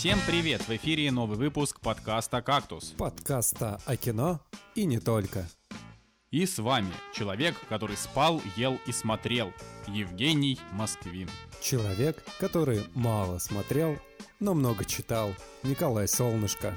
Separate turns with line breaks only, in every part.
Всем привет! В эфире новый выпуск подкаста «Кактус».
Подкаста о кино и не только.
И с вами человек, который спал, ел и смотрел, Евгений Москвин.
Человек, который мало смотрел, но много читал, Николай Солнышко.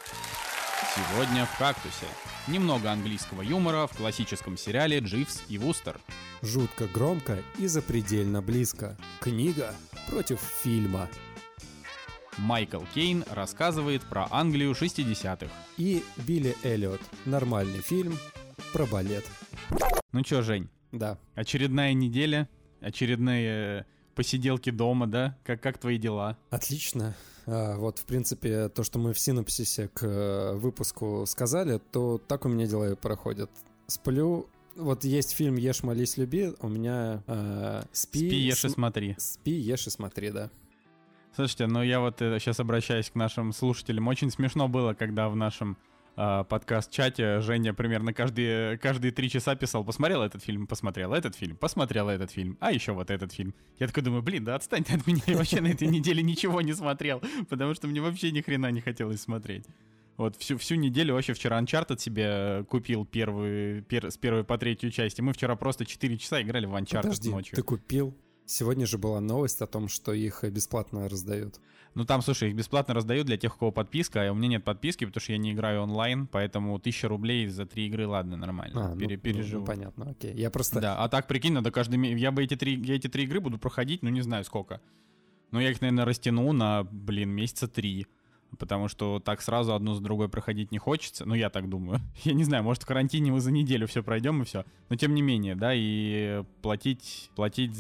Сегодня в «Кактусе» немного английского юмора в классическом сериале «Дживс и Вустер».
Жутко громко и запредельно близко. Книга против фильма.
Майкл Кейн рассказывает про Англию 60-х.
И Билли Эллиот. Нормальный фильм про балет.
Ну чё, Жень?
Да.
Очередная неделя, очередные посиделки дома, да? Как твои дела?
Отлично. Вот, в принципе, то, что мы в синопсисе к выпуску сказали, то так у меня дела и проходят. Сплю. Вот есть фильм «Ешь, молись, люби», у меня
«Спи, ешь и смотри».
«Спи, ешь и смотри», да.
Слушайте, ну я вот сейчас обращаюсь к нашим слушателям. Очень смешно было, когда в нашем подкаст-чате Женя примерно каждые 3 часа писал: посмотрел этот фильм, посмотрел этот фильм, посмотрел этот фильм, а еще вот этот фильм. Я такой думаю, блин, да отстань ты от меня, я вообще на этой неделе ничего не смотрел, потому что мне вообще ни хрена не хотелось смотреть. Вот всю неделю, вообще вчера Uncharted себе купил с первой по третью часть, и мы вчера просто 4 часа играли в Uncharted.
Подожди,
ночью.
Ты купил? Сегодня же была новость о том, что их бесплатно раздают.
Ну там, слушай, их бесплатно раздают для тех, у кого подписка, а у меня нет подписки, потому что я не играю онлайн, поэтому 1000 рублей за 3 игры, ладно, нормально, переживу.
Ну, понятно, окей. Я просто...
Да, а так, прикинь, надо каждый месяц, я эти 3 игры буду проходить, ну не знаю сколько. Но я их, наверное, растяну на, месяца 3. Потому что так сразу одну за другой проходить не хочется. Ну, я так думаю. Я не знаю, может, в карантине мы за неделю все пройдем и все. Но тем не менее, да, и платить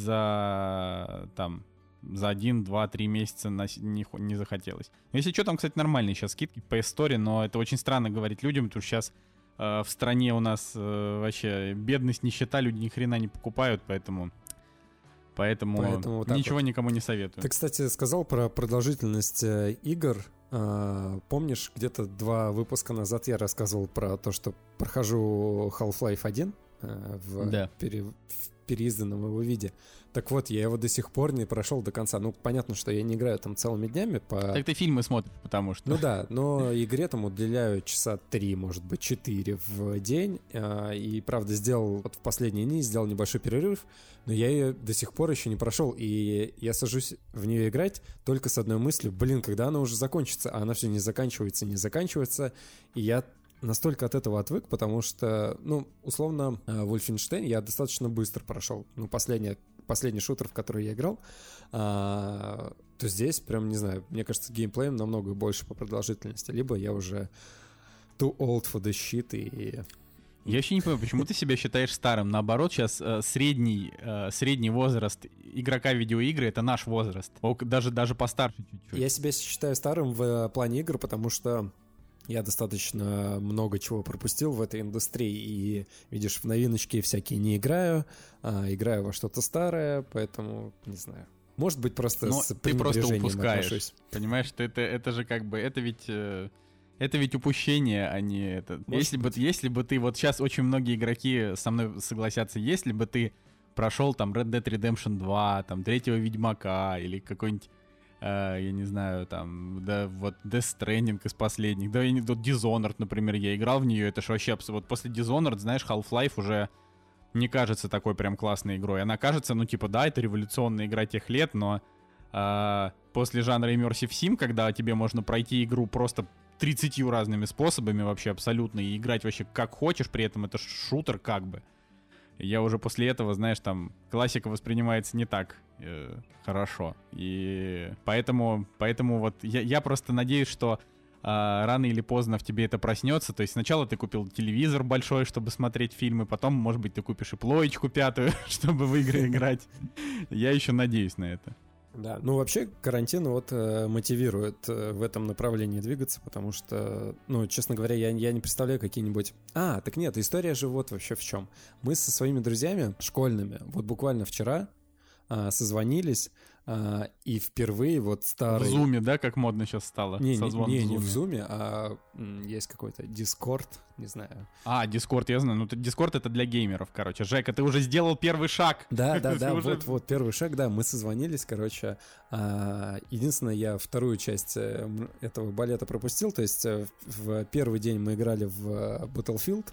за 1, 2, 3 месяца не захотелось. Но если что, там, кстати, нормальные сейчас скидки по Store, но это очень странно говорить людям, потому что сейчас в стране у нас вообще бедность, нищета, люди ни хрена не покупают, поэтому вот ничего вот никому не советую.
Ты, кстати, сказал про продолжительность игр. Помнишь, где-то 2 выпуска назад я рассказывал про то, что прохожу Half-Life 1 в переизданном его виде. Так вот, я его до сих пор не прошел до конца. Ну, понятно, что я не играю там целыми днями.
Так ты фильмы смотришь, потому что...
Ну да, но игре там уделяю часа 3, может быть, 4 в день. И, правда, в последние дни сделал небольшой перерыв, но я ее до сих пор еще не прошел. И я сажусь в нее играть только с одной мыслью: когда она уже закончится? А она все не заканчивается. И я настолько от этого отвык, потому что, условно, Wolfenstein я достаточно быстро прошел. Последний шутер, в который я играл, то здесь прям, не знаю, мне кажется, геймплеем намного больше по продолжительности. Либо я уже too old for the shit и...
Я вообще не понимаю, почему ты себя считаешь старым. Наоборот, сейчас средний возраст игрока в видеоигры — это наш возраст. Даже постарше чуть-чуть.
Я себя считаю старым в плане игр, потому что я достаточно много чего пропустил в этой индустрии, и, видишь, в новиночки всякие не играю, играю во что-то старое, поэтому, не знаю. Может быть, просто с пренебрежением отношусь.
Понимаешь, это же как бы, это ведь упущение, а не это. Если бы ты, вот сейчас очень многие игроки со мной согласятся, если бы ты прошел там Red Dead Redemption 2, там третьего Ведьмака или какой-нибудь, я не знаю, там, да, вот Death Stranding из последних, да, вот Dishonored, например, я играл в нее, это же вообще, вот после Dishonored, знаешь, Half-Life уже не кажется такой прям классной игрой. Она кажется, да, это революционная игра тех лет, но после жанра Immersive Sim, когда тебе можно пройти игру просто 30 разными способами вообще абсолютно и играть вообще как хочешь, при этом это шутер как бы. Я уже после этого, знаешь, там классика воспринимается не так хорошо. И поэтому вот я просто надеюсь, что рано или поздно в тебе это проснется. То есть сначала ты купил телевизор большой, чтобы смотреть фильмы, потом, может быть, ты купишь и плоечку 5, чтобы в игры играть. Я еще надеюсь на это.
Да, вообще карантин мотивирует в этом направлении двигаться, потому что, честно говоря, я не представляю какие-нибудь... так нет, история же вот вообще в чем. Мы со своими друзьями школьными, вот буквально вчера созвонились, И впервые вот старый...
В Зуме, да, как модно сейчас стало?
Не в Зуме, а есть какой-то Discord, не знаю.
Discord, я знаю. Ну, Discord — это для геймеров, короче. Жека, ты уже сделал первый шаг.
Да, вот первый шаг, да, мы созвонились, короче. Единственное, я вторую часть этого балета пропустил, то есть в первый день мы играли в Battlefield,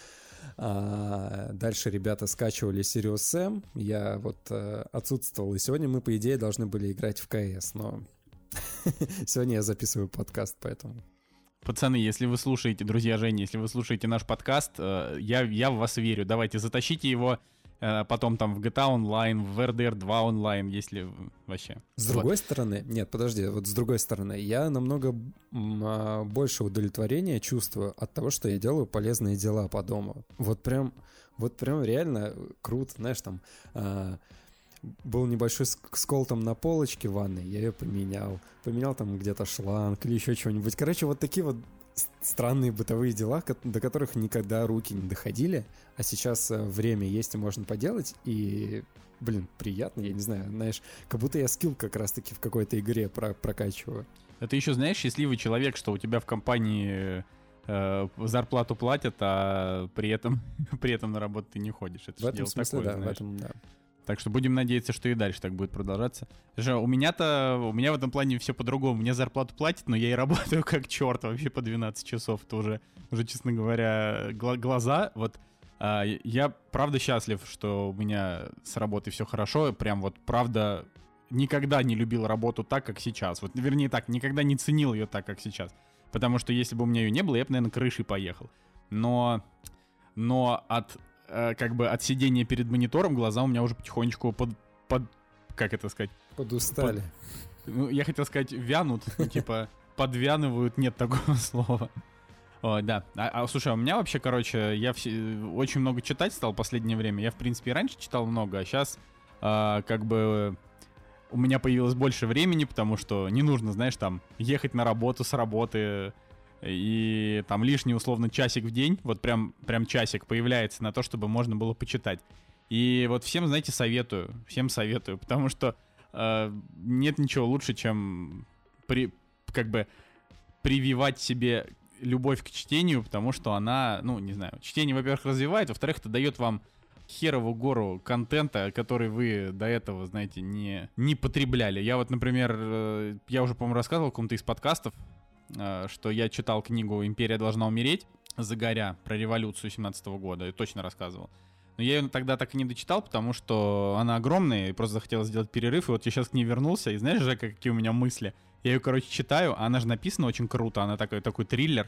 дальше ребята скачивали Serious Sam, я вот отсутствовал, и сегодня мы, по идее, должны были играть в КС, но сегодня я записываю подкаст, поэтому...
Пацаны, если вы слушаете, друзья Жени, если вы слушаете наш подкаст, я в вас верю. Давайте затащите его потом там в GTA Online, в RDR 2 онлайн, если вообще.
С другой стороны, нет, подожди, вот с другой стороны, я намного больше удовлетворения чувствую от того, что я делаю полезные дела по дому. Вот прям реально круто, знаешь, там был небольшой скол там на полочке в ванной, я ее поменял там где-то шланг или еще чего-нибудь. Короче, вот такие вот странные бытовые дела, до которых никогда руки не доходили, а сейчас время есть и можно поделать, и, блин, приятно, я не знаю, знаешь, как будто я скилл как раз-таки в какой-то игре прокачиваю.
А ты еще знаешь, счастливый человек, что у тебя в компании зарплату платят, а при этом на работу ты не ходишь. Это
в этом смысле,
такое,
да,
знаешь.
в этом, да.
Так что будем надеяться, что и дальше так будет продолжаться. У меня в этом плане все по-другому. Мне зарплату платят, но я и работаю как черт вообще по 12 часов. Это уже, честно говоря, глаза. Вот я правда счастлив, что у меня с работой все хорошо. Прям вот правда никогда не любил работу так, как сейчас. Вот, вернее так, никогда не ценил ее так, как сейчас. Потому что если бы у меня ее не было, я бы, наверное, крышей поехал. Но от сидения перед монитором глаза у меня уже потихонечку как это сказать?
Подустали.
Я хотел сказать, вянут, типа подвянывают, нет такого слова. Да. Слушай, у меня вообще, короче, я очень много читать стал в последнее время. Я, в принципе, и раньше читал много, а сейчас у меня появилось больше времени, потому что не нужно, знаешь, там, ехать на работу с работы, и там лишний, условно, часик в день, вот прям часик появляется на то, чтобы можно было почитать. И вот всем, знаете, советую, потому что нет ничего лучше, чем прививать себе любовь к чтению, потому что она, не знаю, чтение, во-первых, развивает, во-вторых, это дает вам херовую гору контента, который вы до этого, знаете, не потребляли. Я вот, например, я уже, по-моему, рассказывал в каком-то из подкастов, что я читал книгу «Империя должна умереть» Загоря про революцию 17-го года, я точно рассказывал. Но я ее тогда так и не дочитал, потому что она огромная, и просто захотел сделать перерыв, и вот я сейчас к ней вернулся, и знаешь, Жека, какие у меня мысли? Я ее, короче, читаю, а она же написана очень круто, она такой триллер,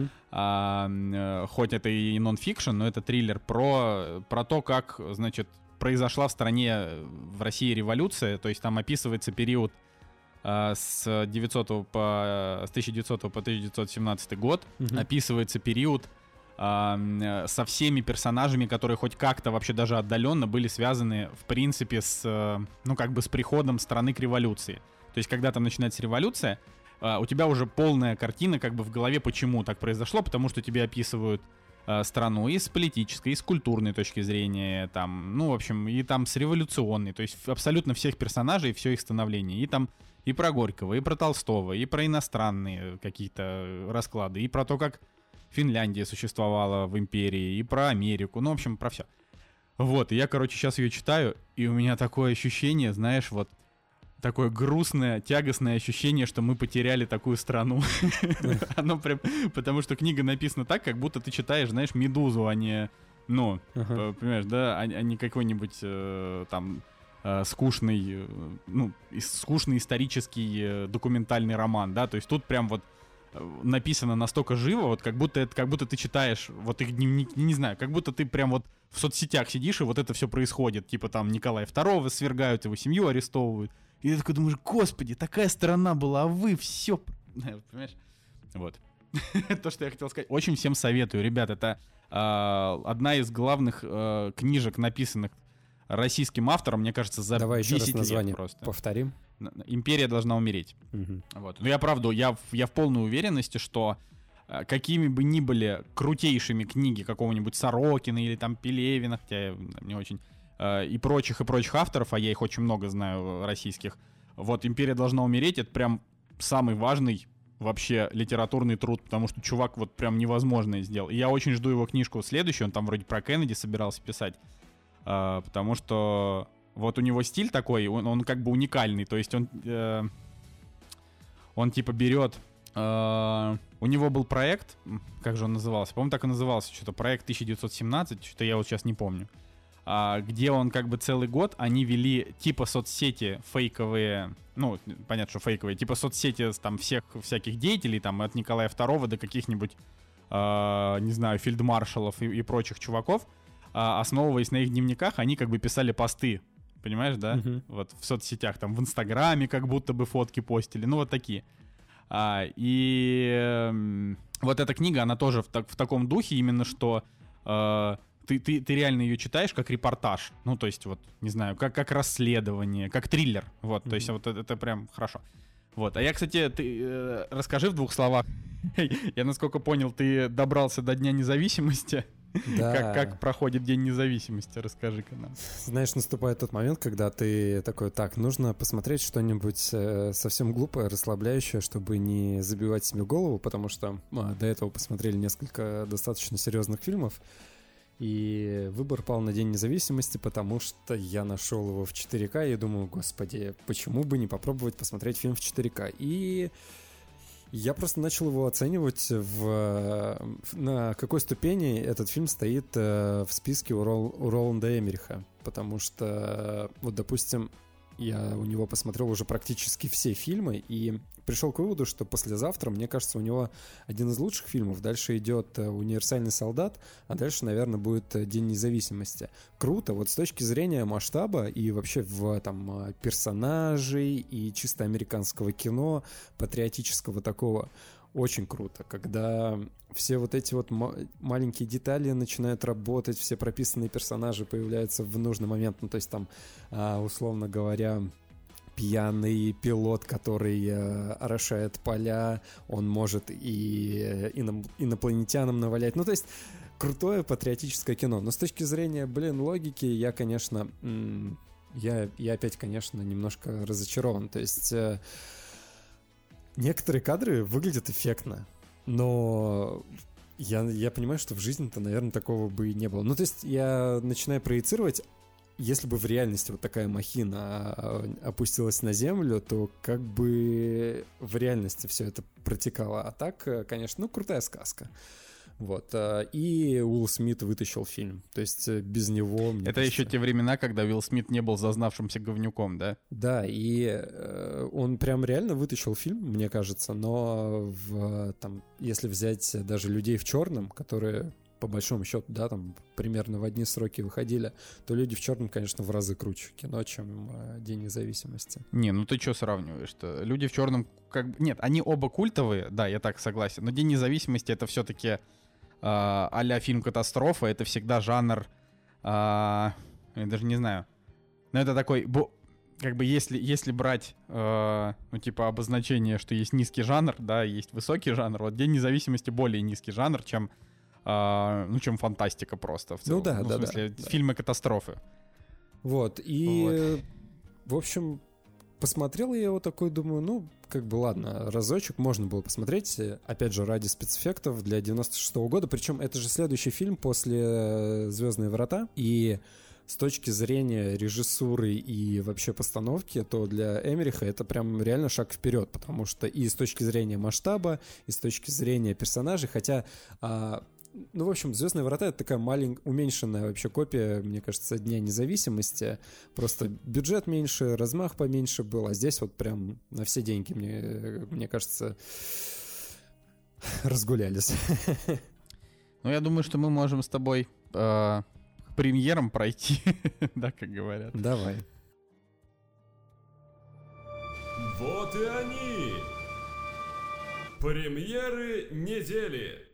хоть это и нон-фикшн, но это триллер про то, как, значит, произошла в стране, в России революция, то есть там описывается период с 1900 по 1917 год, описывается период со всеми персонажами, которые хоть как-то вообще даже отдаленно были связаны, в принципе, с приходом страны к революции. То есть, когда там начинается революция, у тебя уже полная картина в голове, почему так произошло, потому что тебе описывают страну и с политической, и с культурной точки зрения, там, в общем, и там с революционной, то есть абсолютно всех персонажей, все их становление, и там и про Горького, и про Толстого, и про иностранные какие-то расклады, и про то, как Финляндия существовала в империи, и про Америку, в общем, про все. Вот, и я, сейчас ее читаю, и у меня такое ощущение, знаешь, вот, такое грустное, тягостное ощущение, что мы потеряли такую страну. Оно прям... Потому что книга написана так, как будто ты читаешь, знаешь, «Медузу», а не... понимаешь, да? А не какой-нибудь там скучный исторический документальный роман, да? То есть тут прям вот написано настолько живо, вот как будто ты читаешь вот их дневник, не знаю, как будто ты прям вот в соцсетях сидишь, и вот это все происходит. Типа там Николая II свергают, его семью арестовывают. И ты такой думаешь, господи, такая страна была, а вы все... Понимаешь? Вот. То, что я хотел сказать. Очень всем советую. Ребят, это одна из главных книжек, написанных российским автором, мне кажется, за 10 лет.
Давай еще раз название повторим.
«Империя должна умереть». Вот. Но я в полной уверенности, что какими бы ни были крутейшими книги какого-нибудь Сорокина или там Пелевина, хотя мне очень... и прочих авторов, а я их очень много знаю, российских, вот «Империя должна умереть» — это прям самый важный вообще литературный труд, потому что чувак вот прям невозможное сделал. И я очень жду его книжку следующую, он там вроде про Кеннеди собирался писать, потому что вот у него стиль такой, он как бы уникальный, то есть он типа берет... у него был проект, как же он назывался? По-моему, так и назывался, что-то проект 1917, что-то я вот сейчас не помню. Где он как бы целый год, они вели типа соцсети фейковые, ну, понятно, что фейковые, типа соцсети там всех всяких деятелей, там от Николая II до каких-нибудь, не знаю, фельдмаршалов и прочих чуваков, основываясь на их дневниках, они как бы писали посты, понимаешь, да? Вот в соцсетях, там в Инстаграме как будто бы фотки постили, ну вот такие. И вот эта книга, она тоже в таком духе, именно что ты реально ее читаешь как репортаж. Ну, то есть, вот, не знаю, как расследование, как триллер. Вот, то есть, вот это прям хорошо. Вот. А я, кстати, ты расскажи в 2 словах. Я, насколько понял, ты добрался до Дня независимости.
Да.
Как проходит День независимости? Расскажи-ка нам.
Знаешь, наступает тот момент, когда ты такой, так, нужно посмотреть что-нибудь совсем глупое, расслабляющее, чтобы не забивать себе голову, потому что до этого посмотрели несколько достаточно серьезных фильмов, и выбор пал на День независимости, потому что я нашел его в 4К, и думаю, господи, почему бы не попробовать посмотреть фильм в 4К? И... я просто начал его оценивать, на какой ступени этот фильм стоит в списке у Роланда Эммериха. Потому что, вот, допустим, я у него посмотрел уже практически все фильмы и пришел к выводу, что «Послезавтра», мне кажется, у него один из лучших фильмов. Дальше идет «Универсальный солдат», а дальше, наверное, будет «День независимости». Круто, вот с точки зрения масштаба и вообще там персонажей и чисто американского кино, патриотического такого, очень круто, когда все вот эти вот маленькие детали начинают работать, все прописанные персонажи появляются в нужный момент, ну то есть там, условно говоря, пьяный пилот, который орошает поля, он может и инопланетянам навалять. Ну, то есть, крутое патриотическое кино. Но с точки зрения, логики, я, конечно, я опять, конечно, немножко разочарован. То есть, некоторые кадры выглядят эффектно, но... Я понимаю, что в жизни-то, наверное, такого бы и не было. Ну, то есть, я начинаю проецировать. Если бы в реальности вот такая махина опустилась на землю, то как бы в реальности все это протекало. А так, конечно, крутая сказка. Вот. И Уилл Смит вытащил фильм. То есть без него...
Это еще те времена, когда Уилл Смит не был зазнавшимся говнюком, да?
Да, и он прям реально вытащил фильм, мне кажется, но если взять даже «Людей в черном», которые... по большому счету, да, там примерно в одни сроки выходили, то «Люди в черном», конечно, в разы круче кино, чем «День независимости».
Не, ну ты что сравниваешь-то? «Люди в черном» как бы... Нет, они оба культовые, да, я так согласен, но «День независимости» — это все-таки а-ля фильм «Катастрофа», это всегда жанр... я даже не знаю. Но это такой... Как бы если брать, ну, типа, обозначение, что есть низкий жанр, да, есть высокий жанр, вот «День независимости» более низкий жанр, чем чем фантастика просто в целом.
Ну да,
в смысле, фильмы катастрофы.
Вот, и, в общем, посмотрел я его такой, думаю, как бы ладно, разочек можно было посмотреть, опять же, ради спецэффектов для 96-го года, причем это же следующий фильм после «Звездные врата», и с точки зрения режиссуры и вообще постановки, то для Эммериха это прям реально шаг вперед, потому что и с точки зрения масштаба, и с точки зрения персонажей, хотя... в общем, «Звездные врата» — это такая уменьшенная вообще копия, мне кажется, Дня независимости. Просто бюджет меньше, размах поменьше был, а здесь вот прям на все деньги, мне кажется, разгулялись.
Ну, я думаю, что мы можем с тобой к премьерам пройти, да, как говорят.
Давай.
Вот и они! Премьеры недели!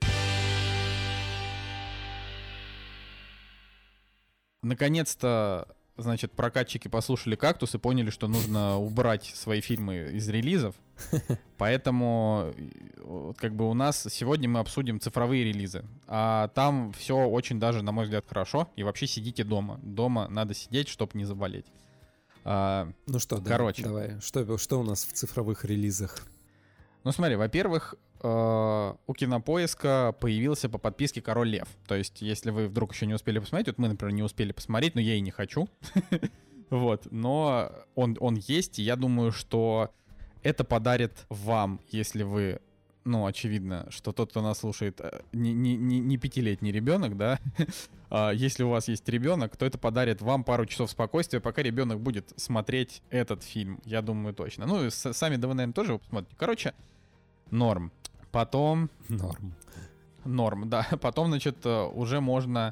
Наконец-то, значит, прокатчики послушали «Кактус» и поняли, что нужно убрать свои фильмы из релизов. Поэтому как бы у нас сегодня мы обсудим цифровые релизы. А там все очень даже, на мой взгляд, хорошо. И вообще сидите дома. Дома надо сидеть, чтобы не заболеть.
Ну что,
короче.
давай. Что у нас в цифровых релизах?
Ну смотри, во-первых, у Кинопоиска появился по подписке «Король Лев». То есть, если вы вдруг еще не успели посмотреть, вот мы, например, не успели посмотреть, но я и не хочу. Вот, но он есть, и я думаю, что это подарит вам, если вы, ну, очевидно, что тот, кто нас слушает, не пятилетний ребенок, да, если у вас есть ребенок, то это подарит вам пару часов спокойствия, пока ребенок будет смотреть этот фильм, я думаю, точно. Ну, и сами, да, вы, наверное, тоже его посмотрите. Короче, норм. Потом... Норм, да. Потом, значит, уже можно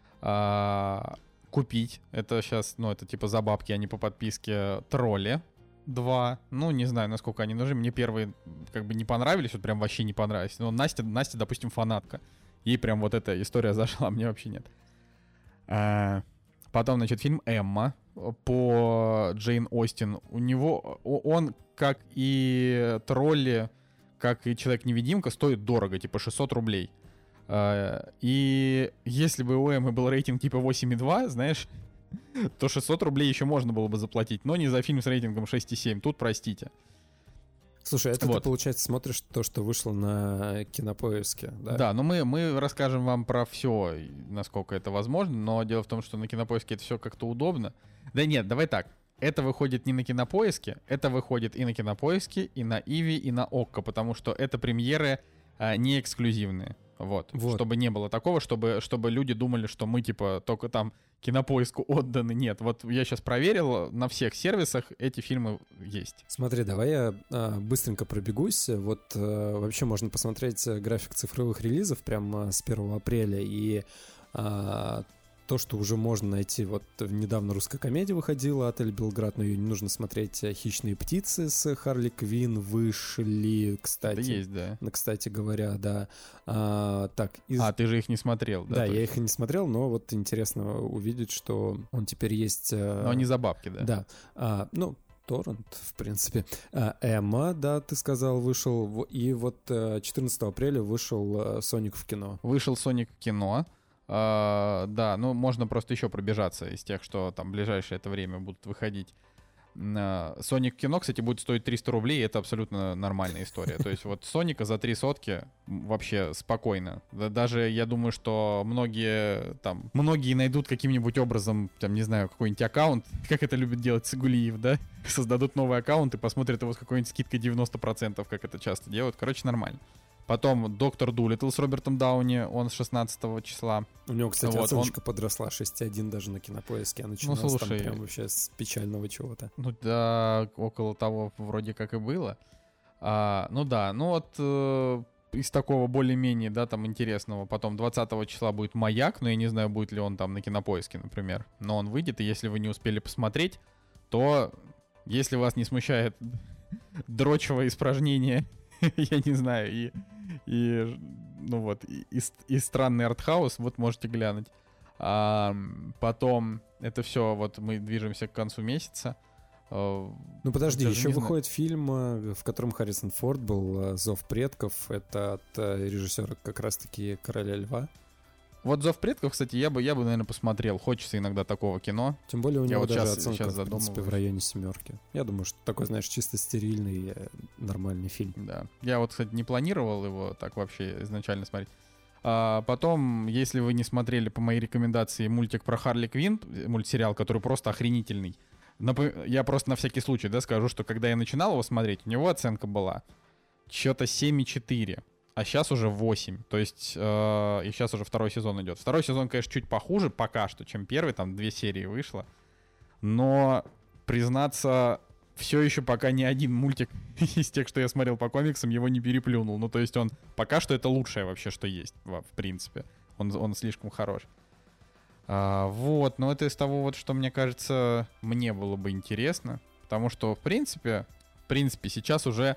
купить, это сейчас, ну, это типа за бабки, а не по подписке, «Тролли 2». Ну, не знаю, насколько они нужны. Мне первые как бы не понравились, вот прям вообще не понравились. Но Настя, допустим, фанатка. Ей прям вот эта история зашла, мне вообще нет. Потом, значит, фильм «Эмма» по Джейн Остин. У него, он, как и «Тролли», как и «Человек-невидимка», стоит дорого, типа 600 рублей. И если бы у Эммы был рейтинг типа 8,2, знаешь, то 600 рублей еще можно было бы заплатить, но не за фильм с рейтингом 6,7. Тут простите.
Слушай, это
вот.
Ты, получается, смотришь то, что вышло на Кинопоиске, да?
Да, но мы расскажем вам про все, насколько это возможно, но дело в том, что на Кинопоиске это все как-то удобно. Да нет, давай так. Это выходит не на Кинопоиске, это выходит и на Кинопоиске, и на Иви, и на Окко, потому что это премьеры не эксклюзивные. Вот. Чтобы не было такого, чтобы люди думали, что мы, типа, только там Кинопоиску отданы. Нет, вот я сейчас проверил, на всех сервисах эти фильмы есть.
Смотри, давай я быстренько пробегусь. Вот вообще можно посмотреть график цифровых релизов прямо с 1 апреля. И то, что уже можно найти. Вот недавно русская комедия выходила, «Отель Белград», но ее не нужно смотреть. «Хищные птицы» с Харли Квинн вышли, кстати.
Да есть, да.
Кстати говоря, да.
Ты же их не смотрел, да?
Да, я их и не смотрел, но вот интересно увидеть, что он теперь есть...
Но они за бабки, да?
Да. Торрент, в принципе. «Эмма», да, ты сказал, вышел. И вот 14 апреля вышел «Соник» в кино.
Вышел «Соник» в кино. Да, ну можно просто еще пробежаться из тех, что там в ближайшее это время будут выходить. «Соник» в кино, кстати, будет стоить 300 рублей, это абсолютно нормальная история. То есть вот «Соника» за 3 сотки вообще спокойно. Даже я думаю, что многие найдут каким-нибудь образом, там, не знаю, какой-нибудь аккаунт, как это любит делать Сагулиев, да? Создадут новый аккаунт и посмотрят его с какой-нибудь скидкой 90%, как это часто делают. Короче, нормально. Потом «Доктор Дулиттл» с Робертом Дауни, он с 16 числа.
У него, кстати, оценочка подросла, 6,1 даже на Кинопоиске. А начиналось там прям вообще с печального чего-то.
Ну да, около того вроде как и было. Из такого более-менее, да, там интересного. Потом 20 числа будет «Маяк», но я не знаю, будет ли он там на Кинопоиске, например. Но он выйдет, и если вы не успели посмотреть, то, если вас не смущает дрочевое испражнение, я не знаю, и странный артхаус, вот можете глянуть. Потом это все, вот мы движемся к концу месяца.
Ну подожди, еще выходит фильм, в котором Харрисон Форд был, «Зов предков». Это от режиссера как раз-таки «Короля льва».
Вот «Зов предков», кстати, я бы, наверное, посмотрел. Хочется иногда такого кино.
Тем более у него вот даже оценка, в принципе, в районе 7. Я думаю, что такой, знаешь, чисто стерильный, нормальный фильм.
Да. Я вот, кстати, не планировал его так вообще изначально смотреть. Потом, если вы не смотрели по моей рекомендации мультик про Харли Квинн, мультсериал, который просто охренительный. Я просто на всякий случай, да, скажу, что когда я начинал его смотреть, у него оценка была что-то 7,4. А сейчас уже 8. То есть, и сейчас уже второй сезон идет. Второй сезон, конечно, чуть похуже пока что, чем первый. Там 2 серии вышло. Но, признаться, все еще пока ни один мультик из тех, что я смотрел по комиксам, его не переплюнул. Ну, то есть он пока что это лучшее вообще, что есть, в принципе. Он слишком хорош. Но это из того, вот, что, мне кажется, мне было бы интересно. Потому что, в принципе, сейчас уже...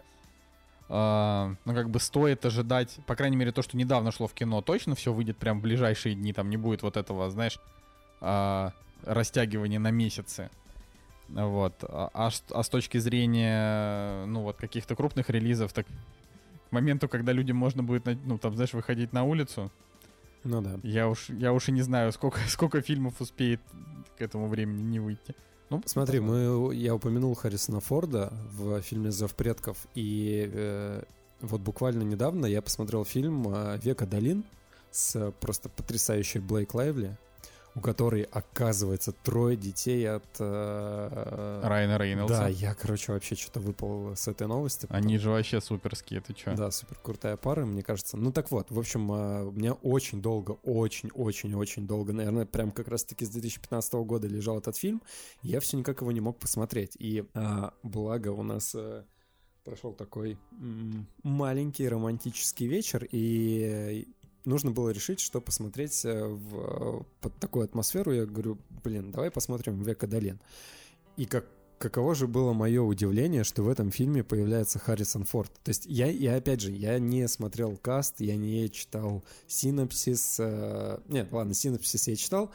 стоит ожидать, по крайней мере, то, что недавно шло в кино, точно все выйдет прям в ближайшие дни, там не будет вот этого, знаешь, растягивания на месяцы. Вот. А с точки зрения, каких-то крупных релизов, так к моменту, когда людям можно будет, выходить на улицу,
ну да.
Я уж и не знаю, сколько фильмов успеет к этому времени не выйти. Ну,
Смотри, я упомянул Харрисона Форда в фильме «Зов предков», и вот буквально недавно я посмотрел фильм «Век Адалин» с просто потрясающей Блейк Лайвли, у которой, оказывается, 3 детей от...
Райана Рейнольдса.
Да, я, короче, вообще что-то выпал с этой новости.
Они же вообще суперские, ты чё?
Да, супер крутая пара, мне кажется. Ну так вот, в общем, у меня очень долго, очень-очень-очень долго, наверное, прям как раз-таки с 2015 года лежал этот фильм, и я все никак его не мог посмотреть. И благо у нас прошел такой маленький романтический вечер, и нужно было решить, что посмотреть под такую атмосферу. Я говорю, давай посмотрим «Век Адалин». И каково же было мое удивление, что в этом фильме появляется Харрисон Форд. То есть я опять же, я не смотрел каст, я не читал синопсис. Нет, ладно, синопсис я читал,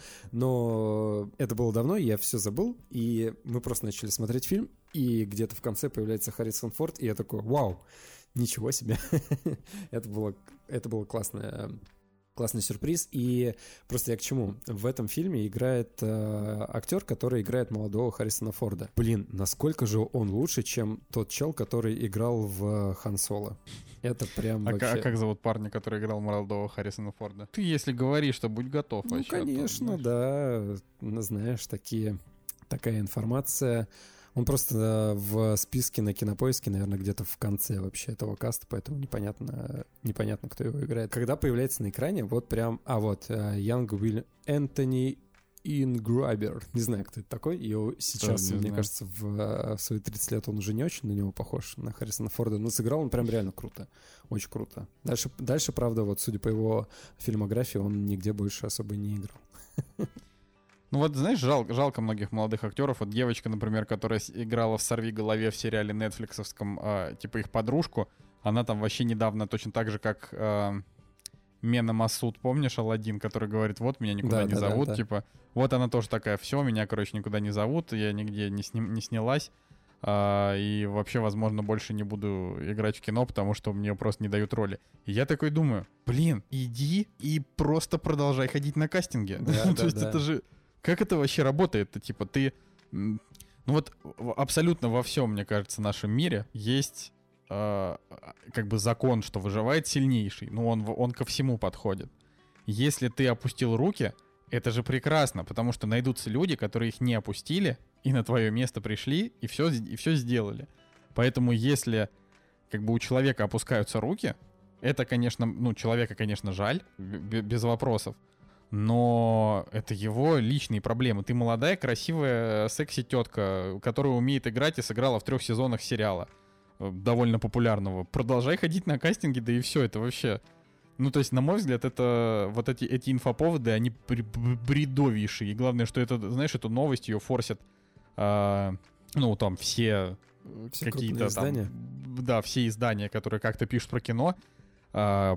но это было давно, я все забыл, и мы просто начали смотреть фильм, и где-то в конце появляется Харрисон Форд, и я такой, вау, ничего себе. Это было классный сюрприз. И просто я к чему? В этом фильме играет актер, который играет молодого Харрисона Форда. Насколько же он лучше, чем тот чел, который играл в Хан Соло. Это прям вообще...
А как зовут парня, который играл молодого Харрисона Форда? Ты, если говоришь, что будь готов вообще.
Конечно, да. Знаешь, такая информация... Он просто в списке на Кинопоиске, наверное, где-то в конце вообще этого каста, поэтому непонятно, кто его играет. Когда появляется на экране, вот прям... Янг Уилл Энтони Инграбер. Не знаю, кто это такой. И сейчас, мне кажется, в свои 30 лет он уже не очень на него похож, на Харрисона Форда, но сыграл он прям реально круто. Очень круто. Дальше, правда, вот судя по его фильмографии, он нигде больше особо не играл.
Ну вот, знаешь, жалко многих молодых актеров. Вот девочка, например, которая играла в «Сорви голове» в сериале нетфликсовском, типа их подружку, она там вообще недавно, точно так же, как Мена Масуд, помнишь, Аладдин, который говорит, вот, меня никуда не зовут, да. Типа, вот она тоже такая, все, меня, короче, никуда не зовут, я нигде не снялась, и вообще, возможно, больше не буду играть в кино, потому что мне просто не дают роли. И я такой думаю, иди и просто продолжай ходить на кастинги. То есть это же... Как это вообще работает? Это типа ты... Ну вот абсолютно во всем, мне кажется, в нашем мире есть как бы закон, что выживает сильнейший. Ну он ко всему подходит. Если ты опустил руки, это же прекрасно, потому что найдутся люди, которые их не опустили, и на твое место пришли, и все сделали. Поэтому если как бы у человека опускаются руки, это, конечно, человека, конечно, жаль, без вопросов. Но это его личные проблемы. Ты молодая, красивая, секси-тетка, которая умеет играть и сыграла в 3 сезонах сериала довольно популярного. Продолжай ходить на кастинги, да и все, это вообще... Ну, то есть, на мой взгляд, это вот эти инфоповоды, они бредовейшие. И главное, что это, знаешь, эту новость ее форсят, там все какие-то
издания.
Там... Да, все издания, которые как-то пишут про кино. Я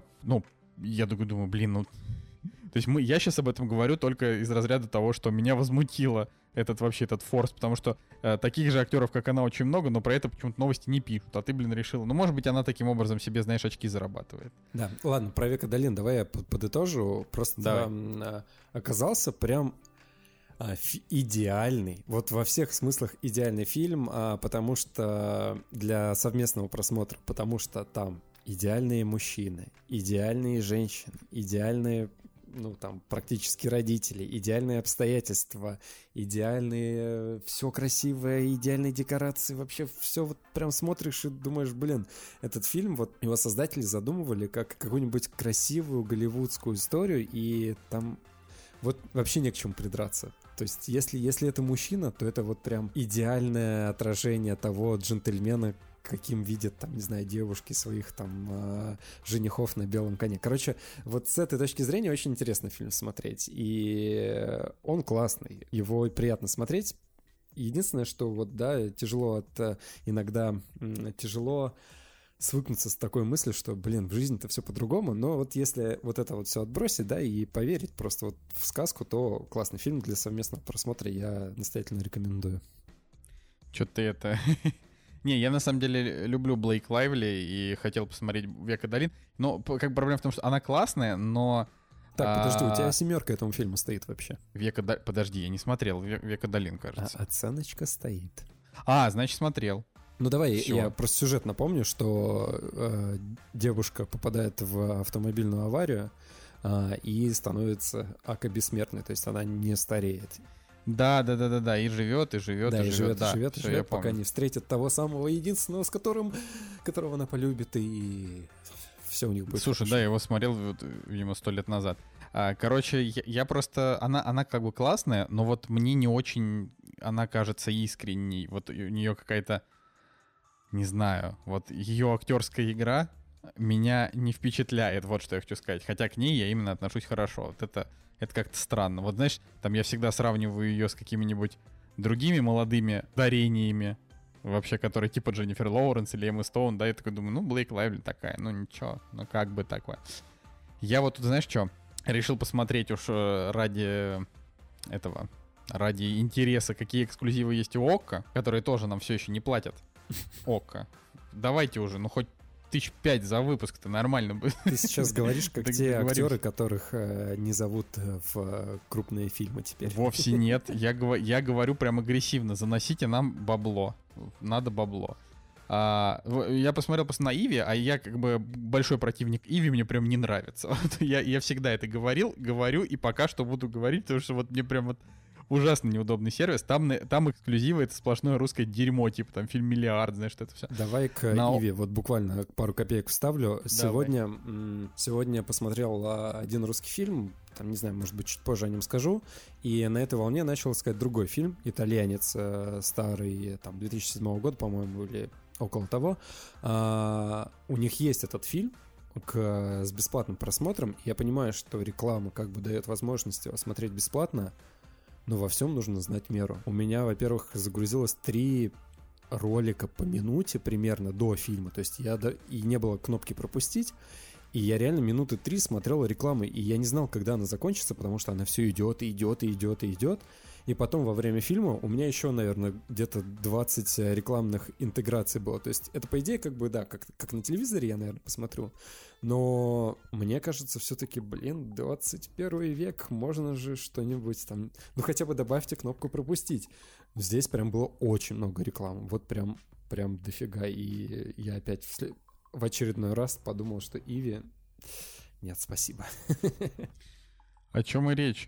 думаю, То есть я сейчас об этом говорю только из разряда того, что меня возмутило этот форс, потому что таких же актеров, как она, очень много, но про это почему-то новости не пишут. А ты, решила. Может быть, она таким образом себе, знаешь, очки зарабатывает. Да,
ладно, про «Век Адалин» давай я подытожу. Просто оказался прям идеальный, вот во всех смыслах идеальный фильм, потому что для совместного просмотра, потому что там идеальные мужчины, идеальные женщины, идеальные практически родители, идеальные обстоятельства, идеальные, все красивое, идеальные декорации, вообще все вот прям смотришь и думаешь, этот фильм, вот его создатели задумывали как какую-нибудь красивую голливудскую историю, и там вот вообще не к чему придраться. То есть если это мужчина, то это вот прям идеальное отражение того джентльмена, каким видят, там, не знаю, девушки своих там женихов на белом коне. Короче, вот с этой точки зрения очень интересно фильм смотреть. И он классный, его приятно смотреть. Единственное, что иногда тяжело свыкнуться с такой мыслью, что, в жизни-то все по-другому, но вот если вот это вот все отбросить, и поверить просто вот в сказку, то классный фильм для совместного просмотра я настоятельно рекомендую.
Чё ты это... Не, я на самом деле люблю Блейк Лайвли и хотел посмотреть «Век Адалин». Но как бы проблема в том, что она классная, но
Так, подожди, у тебя 7 этому фильму стоит вообще.
Подожди, я не смотрел. Века долин, кажется.
Оценочка стоит.
Значит, смотрел.
Ну давай,
Всё.
я просто сюжет напомню, что девушка попадает в автомобильную аварию и становится бессмертной, то есть она не стареет.
Да, и живет,
Да, и живет,
я
пока
помню.
не встретит того самого единственного, которого она полюбит, и все у них будет.
Слушай,
хорошо.
да, я его смотрел, видимо, 100 лет назад. Короче, я просто... Она как бы классная, но вот мне не очень она кажется искренней. Вот у нее какая-то... Не знаю, вот ее актерская игра меня не впечатляет, вот что я хочу сказать. Хотя к ней я именно отношусь хорошо. Вот это как-то странно. Вот знаешь, там я всегда сравниваю ее с какими-нибудь другими молодыми дарениями, вообще, которые типа Дженнифер Лоуренс или Эммы Стоун, да, я такой думаю, Блейк Лайвли такая, ничего, как бы такое. Я вот тут, знаешь что, решил посмотреть уж ради интереса, какие эксклюзивы есть у Окко, которые тоже нам все еще не платят. Окко. Давайте уже, хоть 5 за выпуск-то нормально бы.
Ты сейчас говоришь, как те
Договоримся.
актеры, которых не зовут в крупные фильмы теперь.
Вовсе нет. Я говорю прям агрессивно. Заносите нам бабло. Надо бабло. Я посмотрел просто на Иви, а я как бы большой противник Иви, мне прям не нравится. Вот я всегда это говорю и пока что буду говорить, потому что вот мне прям вот ужасно неудобный сервис. Там эксклюзивы — это сплошное русское дерьмо, типа там фильм «Миллиард», знаешь, что это все.
Давай к Иви, вот буквально пару копеек вставлю. Сегодня я посмотрел один русский фильм, там, не знаю, может быть, чуть позже о нем скажу, и на этой волне начал искать другой фильм, «Итальянец», старый, там, 2007 года, по-моему, или около того. У них есть этот фильм с бесплатным просмотром, и я понимаю, что реклама как бы дает возможность его смотреть бесплатно, но во всем нужно знать меру. У меня, во-первых, загрузилось 3 ролика по минуте примерно до фильма. То есть и не было кнопки пропустить. И я реально минуты 3 смотрел рекламы. И я не знал, когда она закончится, потому что она все идет и идет и идет и идет. И потом во время фильма у меня еще, наверное, где-то 20 рекламных интеграций было. То есть это, по идее, как бы, да, как на телевизоре я, наверное, посмотрю. Но мне кажется, все-таки, 21 век, можно же что-нибудь там... хотя бы добавьте кнопку «пропустить». Здесь прям было очень много рекламы. Вот прям дофига. И я опять в очередной раз подумал, что Иви... Нет, спасибо.
О чем и речь?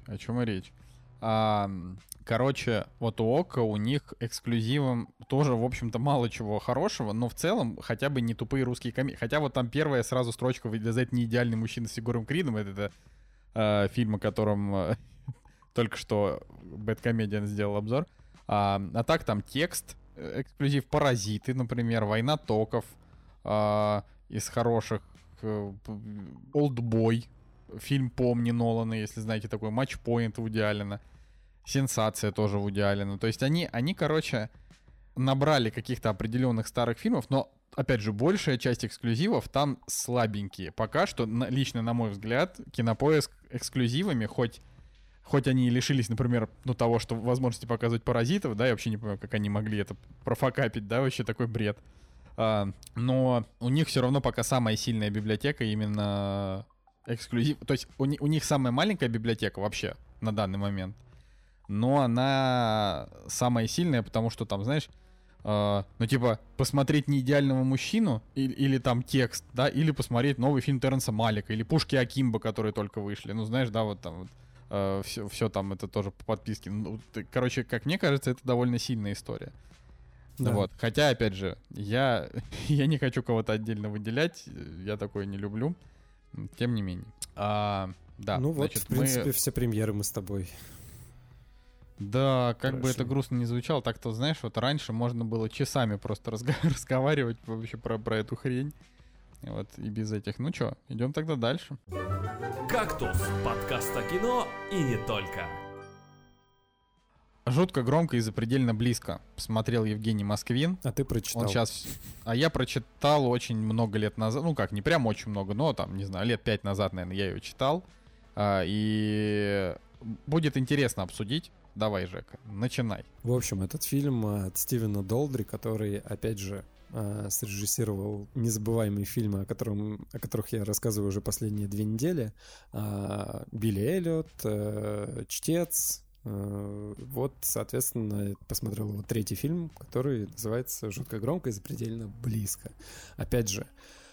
Короче, вот у Окко у них эксклюзивом тоже, в общем-то, мало чего хорошего, но в целом хотя бы не тупые русские комедии. Хотя вот там первая сразу строчка «Вылезает неидеальный мужчина с Егором Кридом». Это фильм, о котором только что Бэдкомедиан сделал обзор. А так там текст, эксклюзив «Паразиты», например, «Война токов», из хороших «Олдбой», фильм «Помни» Нолана, если знаете, такой «Матчпоинт» Вуди Аллена, «Сенсация» тоже Вуди Аллена. То есть они, короче, набрали каких-то определенных старых фильмов, но, опять же, большая часть эксклюзивов там слабенькие. Пока что, лично на мой взгляд, Кинопоиск эксклюзивами, хоть они и лишились, например, того, что возможности показывать «Паразитов», да, я вообще не понимаю, как они могли это профокапить, да, вообще такой бред. Но у них все равно пока самая сильная библиотека именно эксклюзив. То есть у них самая маленькая библиотека вообще на данный момент, но она самая сильная, потому что там, знаешь, посмотреть «Неидеального мужчину» или там текст, да, или посмотреть новый фильм Терренса Малика, или «Пушки Акимбо», которые только вышли. Знаешь, да, вот там вот, все там это тоже по подписке. Короче, как мне кажется, это довольно сильная история. Да. Вот. Хотя, опять же, я не хочу кого-то отдельно выделять, я такое не люблю. Тем не менее. Да,
значит, в принципе, все премьеры мы с тобой.
Да, как бы это грустно не звучало, так-то, знаешь, вот раньше можно было часами просто разговаривать вообще про эту хрень. Вот, и без этих. Ну чё, идем тогда дальше.
«Кактус» — подкаст о кино и не только.
Жутко громко и запредельно близко посмотрел Евгений Москвин.
А ты прочитал.
А я прочитал очень много лет назад. Не прям очень много, но там, не знаю, лет 5 назад, наверное, я ее читал. И будет интересно обсудить. Давай, Жека, начинай.
В общем, этот фильм от Стивена Долдри, который, опять же, срежиссировал незабываемые фильмы, о которых я рассказываю уже последние 2 недели. Билли Эллиот, «Чтец». Вот, соответственно, посмотрел его 3-й фильм, который называется «Жутко громко и запредельно близко». Опять же,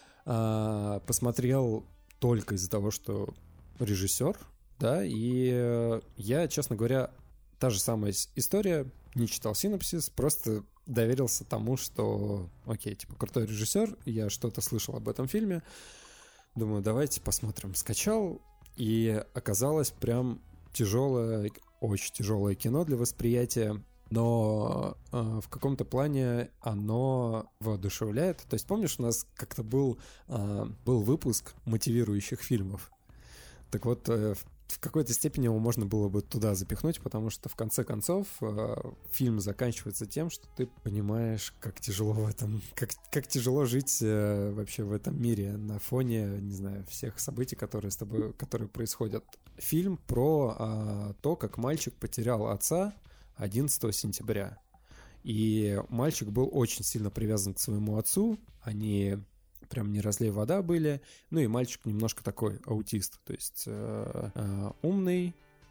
посмотрел только из-за того, что режиссер, да, и я, честно говоря, та же самая история, не читал синопсис, просто доверился тому, что, окей, типа, крутой режиссер, я что-то слышал об этом фильме, думаю, давайте посмотрим. Скачал, и оказалось прям тяжелое, очень тяжелое кино для восприятия, но в каком-то плане оно воодушевляет. То есть, помнишь, у нас как-то был выпуск мотивирующих фильмов? Так вот, в какой-то степени его можно было бы туда запихнуть, потому что в конце концов фильм заканчивается тем, что ты понимаешь, как тяжело в этом, как тяжело жить вообще в этом мире на фоне, не знаю, всех событий, которые с тобой, которые происходят. Фильм про то, как мальчик потерял отца 11 сентября. И мальчик был очень сильно привязан к своему отцу. Они прям не разлей вода были. Ну и мальчик немножко такой аутист. То есть умный,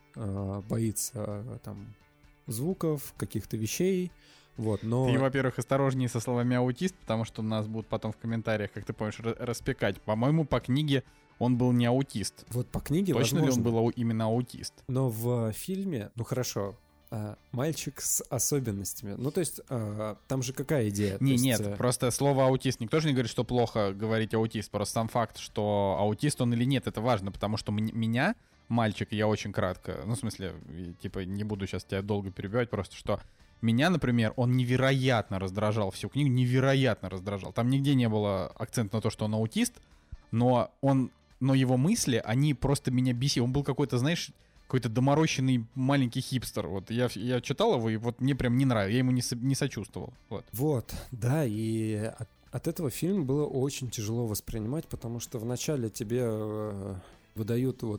боится там звуков, каких-то вещей. Вот, но...
Ты, во-первых, осторожнее со словами аутист, потому что нас будут потом в комментариях, как ты помнишь, распекать. По-моему, по книге он был не аутист.
Вот по книге,
точно
возможно.
ли он был именно аутист?
Но в фильме, ну хорошо, мальчик с особенностями. Ну, то есть, там же какая идея?
Нет, просто слово аутист. Никто же не говорит, что плохо говорить аутист. Просто сам факт, что аутист он или нет, это важно, потому что меня, мальчик, я очень кратко, ну, в смысле, типа, не буду сейчас тебя долго перебивать, просто что меня, например, он невероятно раздражал всю книгу, невероятно раздражал. Там нигде не было акцента на то, что он аутист, но его мысли, они просто меня бесили. Он был какой-то, знаешь, какой-то доморощенный маленький хипстер. Вот я читал его, и вот мне прям не нравилось. Я ему не сочувствовал.
Вот, да, и от этого фильм было очень тяжело воспринимать, потому что вначале тебе выдают вот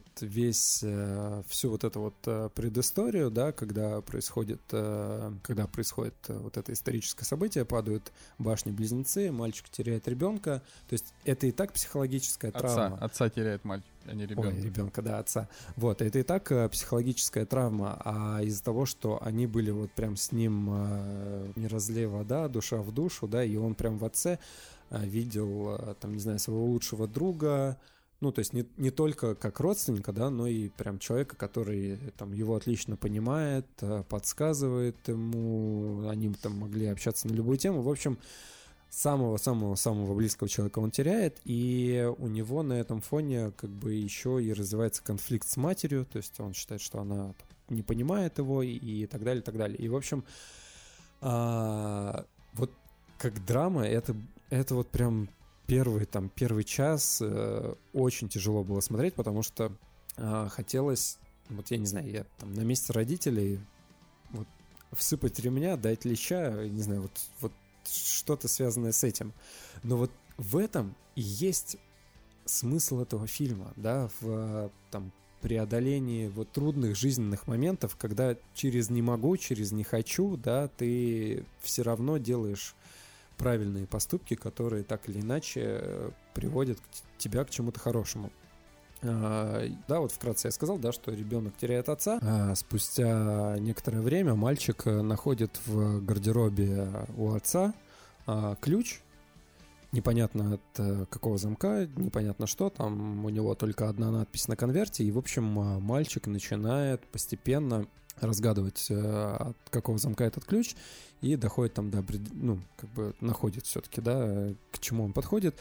всю вот эту вот предысторию, да, когда происходит вот это историческое событие, падают башни-близнецы, мальчик теряет ребенка, то есть это и так психологическая травма.
Отца теряет мальчик, а не ребенка.
Ой, ребенка, да, отца. Вот, это и так психологическая травма, а из-за того, что они были вот прям с ним не разлей вода, душа в душу, да, и он прям в отце видел, там, не знаю, своего лучшего друга. Ну, то есть не только как родственника, да, но и прям человека, который там его отлично понимает, подсказывает ему, они там могли общаться на любую тему. В общем, самого-самого-самого близкого человека он теряет, и у него на этом фоне как бы еще и развивается конфликт с матерью, то есть он считает, что она не понимает его и так далее, и так далее. И, в общем, вот как драма, это вот прям... Первый час очень тяжело было смотреть, потому что хотелось, вот я не знаю, я там на месте родителей вот всыпать ремня, дать леща, не знаю, вот что-то связанное с этим. Но вот в этом и есть смысл этого фильма, да, в там преодолении вот трудных жизненных моментов, когда через «не могу», через «не хочу», да, ты все равно делаешь правильные поступки, которые так или иначе приводят тебя к чему-то хорошему. Да, вот вкратце я сказал, да, что ребенок теряет отца. Спустя некоторое время мальчик находит в гардеробе у отца ключ. Непонятно от какого замка, непонятно что. Там у него только одна надпись на конверте. И, в общем, мальчик начинает постепенно разгадывать, от какого замка этот ключ, и доходит там до, ну, как бы находит все-таки, да, к чему он подходит.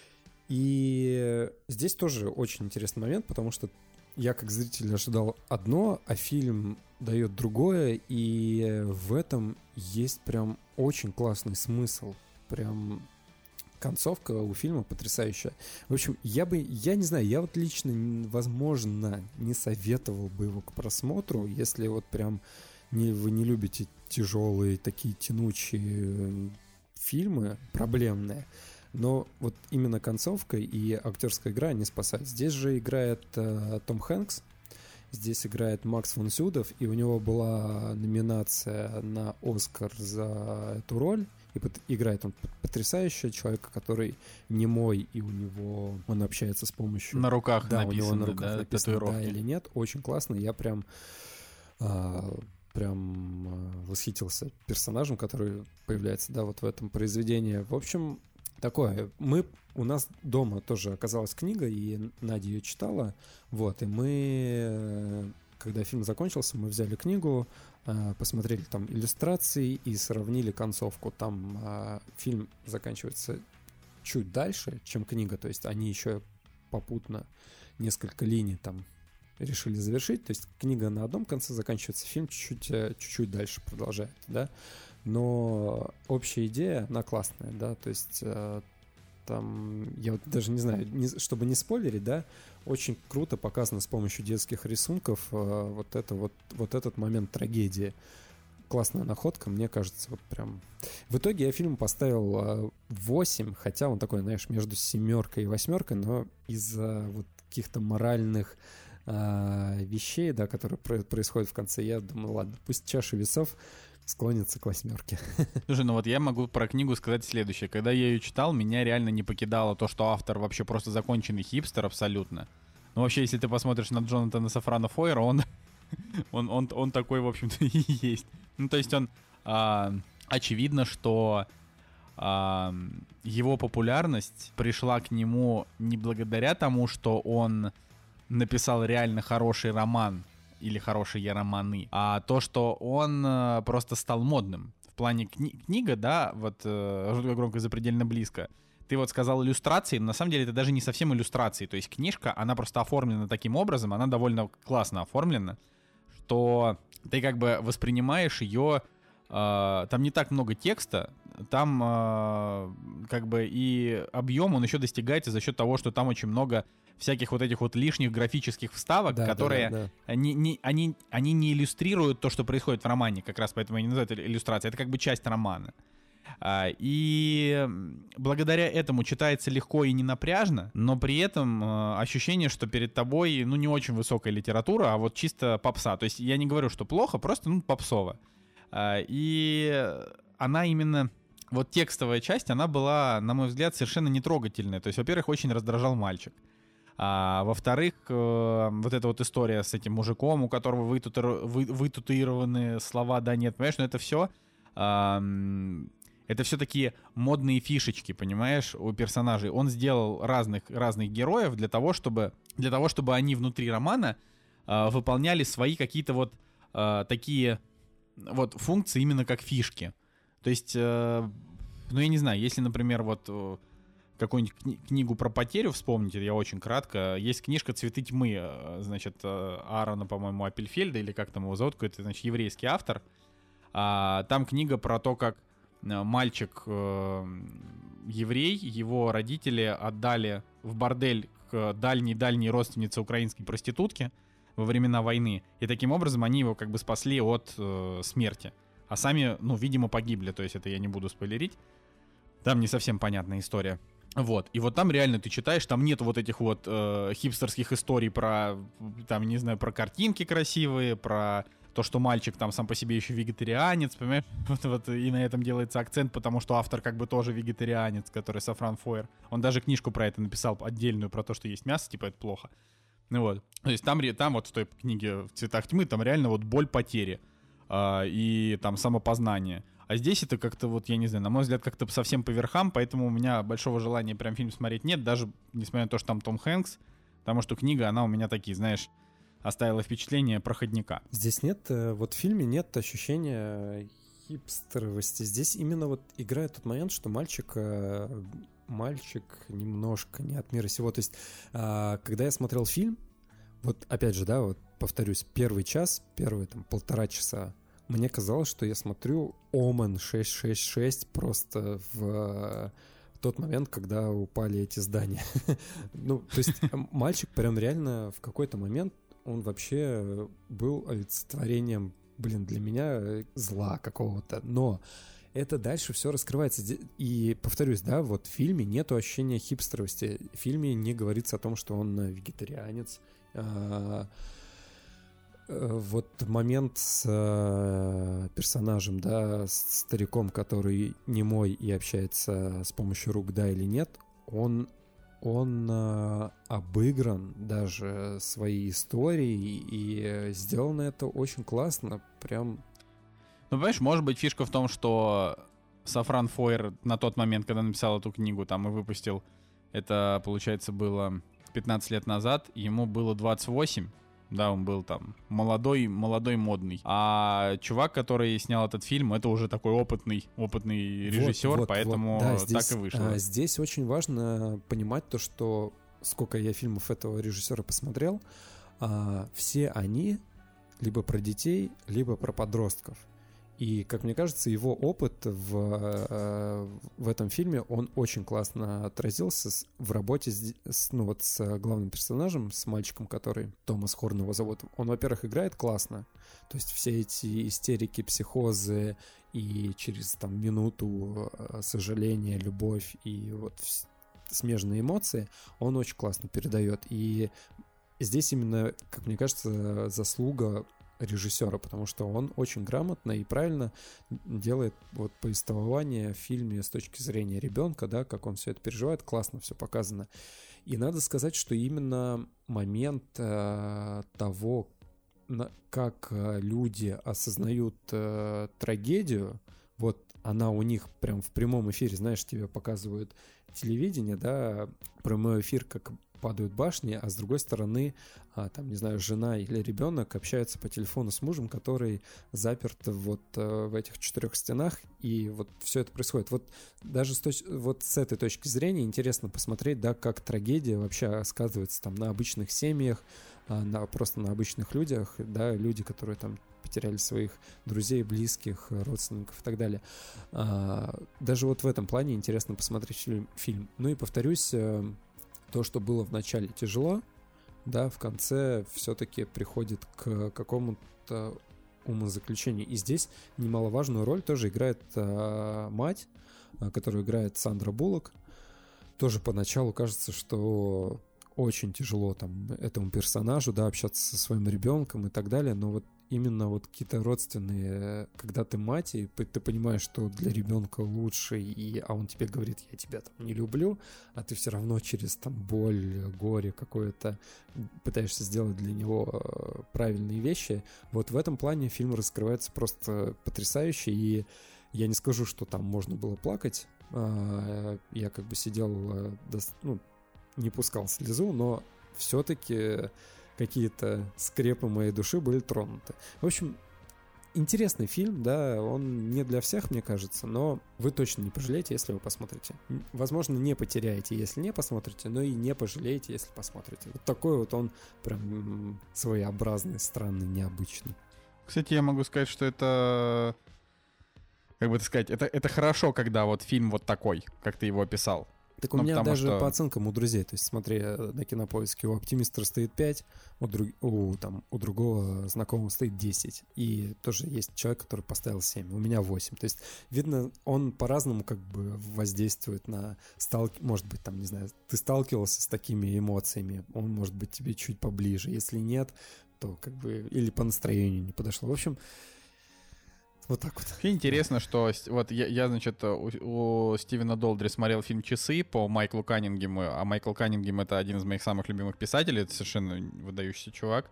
И здесь тоже очень интересный момент, потому что я как зритель ожидал одно, а фильм дает другое, и в этом есть прям очень классный смысл. Прям концовка у фильма потрясающая. В общем, я не знаю, я вот лично, возможно, не советовал бы его к просмотру, если вот прям вы не любите тяжелые, такие тянучие фильмы, проблемные. Но вот именно концовка и актерская игра не спасают. Здесь же играет Том Хэнкс, здесь играет Макс фон Сюдов, и у него была номинация на Оскар за эту роль. и играет он потрясающе. Человек, который немой, и он общается с помощью...
На руках
да,
написано,
у него на руках написано,
татуировки.
да или нет. Очень классно. Я прям восхитился персонажем, который появляется, да, вот в этом произведении. В общем, такое. У нас дома тоже оказалась книга, и Надя ее читала. Вот, и мы, когда фильм закончился, мы взяли книгу, посмотрели там иллюстрации и сравнили концовку. Там фильм заканчивается чуть дальше, чем книга, то есть они еще попутно несколько линий там решили завершить, то есть книга на одном конце заканчивается, фильм чуть-чуть дальше продолжает, да, но общая идея, она классная, да, то есть там, я вот даже не знаю, чтобы не спойлерить, да, очень круто показано с помощью детских рисунков вот этот момент трагедии. Классная находка, мне кажется, вот прям... В итоге я фильму поставил 8, хотя он такой, знаешь, между 7 и 8, но из-за вот каких-то моральных вещей, да, которые происходят в конце, я думаю, ладно, пусть чаша весов склонится к 8.
Слушай, ну вот я могу про книгу сказать следующее. Когда я ее читал, меня реально не покидало то, что автор вообще просто законченный хипстер абсолютно. Ну вообще, если ты посмотришь на Джонатана Сафрана Фойера, он такой, в общем-то, и есть. Ну то есть он... очевидно, что его популярность пришла к нему не благодаря тому, что он написал реально хороший роман или хорошие романы, а то, что он просто стал модным. В плане книга, да, вот «Жутко громко и запредельно близко». Ты вот сказал иллюстрации, но на самом деле это даже не совсем иллюстрации. То есть книжка, она просто оформлена таким образом, она довольно классно оформлена, что ты как бы воспринимаешь ее... там не так много текста, там как бы и объем он еще достигается за счет того, что там очень много всяких вот этих вот лишних графических вставок, да, которые
да.
Они не иллюстрируют то, что происходит в романе, как раз поэтому я не называю это иллюстрацией, это как бы часть романа. И благодаря этому читается легко и не напряжно, но при этом ощущение, что перед тобой, ну, не очень высокая литература, а вот чисто попса. То есть я не говорю, что плохо, просто, ну, попсово. И она именно, вот текстовая часть, она была, на мой взгляд, совершенно нетрогательная. То есть, во-первых, очень раздражал мальчик. А во-вторых, вот эта вот история с этим мужиком, у которого вытатуированы слова «да», «нет», понимаешь, но это все такие модные фишечки, понимаешь, у персонажей. Он сделал разных героев для того, чтобы они внутри романа выполняли свои какие-то вот такие вот функции именно как фишки. То есть, ну я не знаю, если, например, вот какую-нибудь книгу про потерю вспомнить, я очень кратко, есть книжка «Цветы тьмы», значит, Аарона, по-моему, Апельфельда, или как там его зовут, какой-то, значит, еврейский автор. Там книга про то, как мальчик еврей, его родители отдали в бордель к дальней родственнице украинской проститутки во времена войны, и таким образом они его как бы спасли от смерти. А сами, ну, видимо, погибли, то есть это я не буду спойлерить. Там не совсем понятная история. Вот, и вот там реально ты читаешь, там нет вот этих вот хипстерских историй про, там, не знаю, про картинки красивые, про то, что мальчик там сам по себе еще вегетарианец, понимаешь? Вот, и на этом делается акцент, потому что автор как бы тоже вегетарианец, который Сафран Фойер. Он даже книжку про это написал отдельную, про то, что есть мясо, типа это плохо. Ну вот, то есть там вот в той книге «В цветах тьмы» там реально вот боль потери и там самопознание. А здесь это как-то вот, я не знаю, на мой взгляд, как-то совсем по верхам, поэтому у меня большого желания прям фильм смотреть нет, даже несмотря на то, что там Том Хэнкс, потому что книга, она у меня такие, знаешь, оставила впечатление проходника.
Здесь нет, вот в фильме нет ощущения хипстеровости. Здесь именно вот играет тот момент, что мальчик немножко не от мира сего. То есть, когда я смотрел фильм, вот опять же, да, вот повторюсь, первый там 1,5 часа, мне казалось, что я смотрю Омен 666 просто в тот момент, когда упали эти здания. Ну, то есть мальчик прям реально в какой-то момент, он вообще был олицетворением, для меня зла какого-то. Но это дальше все раскрывается. И повторюсь, да, вот в фильме нету ощущения хипстеровости. В фильме не говорится о том, что он вегетарианец. Вот момент с персонажем, да, с стариком, который немой и общается с помощью рук, да или нет, он обыгран даже своей историей, и сделано это очень классно, прям...
Ну, понимаешь, может быть, фишка в том, что Сафран Фойер на тот момент, когда написал эту книгу, там и выпустил, это, получается, было 15 лет назад, ему было 28, да, он был там молодой, модный. А чувак, который снял этот фильм, это уже такой опытный режиссер, поэтому
да, здесь,
так и вышло.
Здесь очень важно понимать то, что сколько я фильмов этого режиссера посмотрел, все они либо про детей, либо про подростков. И, как мне кажется, его опыт в этом фильме, он очень классно отразился в работе с главным персонажем, с мальчиком, который Томас Хорн его зовут. Он, во-первых, играет классно, то есть все эти истерики, психозы и через там минуту сожаление, любовь и вот смежные эмоции он очень классно передает. И здесь именно, как мне кажется, заслуга режиссера, потому что он очень грамотно и правильно делает вот повествование в фильме с точки зрения ребенка, да, как он все это переживает, классно все показано. И надо сказать, что именно момент того, как люди осознают трагедию, вот она у них прям в прямом эфире, знаешь, тебе показывают телевидение, да, прямой эфир, как падают башни, а с другой стороны, там, не знаю, жена или ребенок общаются по телефону с мужем, который заперт вот в этих 4 стенах, и вот все это происходит. Вот даже вот с этой точки зрения интересно посмотреть, да, как трагедия вообще сказывается там на обычных семьях, просто на обычных людях, да, люди, которые там потеряли своих друзей, близких, родственников и так далее. Даже вот в этом плане интересно посмотреть фильм. Ну и повторюсь, то, что было в начале тяжело, да, в конце все-таки приходит к какому-то умозаключению. И здесь немаловажную роль тоже играет мать, которую играет Сандра Буллок. Тоже поначалу кажется, что очень тяжело там этому персонажу, да, общаться со своим ребенком и так далее, но вот именно вот какие-то родственные, когда ты мать, и ты понимаешь, что для ребенка лучше, а он тебе говорит, я тебя там не люблю, а ты все равно через там боль, горе какое-то пытаешься сделать для него правильные вещи. Вот в этом плане фильм раскрывается просто потрясающе, и я не скажу, что там можно было плакать. Я как бы сидел, не пускал слезу, но все-таки какие-то скрепы моей души были тронуты. В общем, интересный фильм, да, он не для всех, мне кажется, но вы точно не пожалеете, если вы посмотрите. Возможно, не потеряете, если не посмотрите, но и не пожалеете, если посмотрите. Вот такой вот он прям своеобразный, странный, необычный.
Кстати, я могу сказать, что это... Как бы сказать, это хорошо, когда вот фильм вот такой, как ты его описал.
Так у меня даже по оценкам у друзей, то есть смотри, на Кинопоиске у Оптимистра стоит 5, у другого знакомого стоит 10. И тоже есть человек, который поставил 7, у меня 8. То есть, видно, он по-разному как бы воздействует на... Может быть, там, не знаю, ты сталкивался с такими эмоциями, он может быть тебе чуть поближе. Если нет, то как бы... Или по настроению не подошло. В общем... Вот так вот.
Интересно, что вот я значит, у Стивена Долдри смотрел фильм «Часы» по Майклу Каннингему, а Майкл Каннингем — это один из моих самых любимых писателей, это совершенно выдающийся чувак.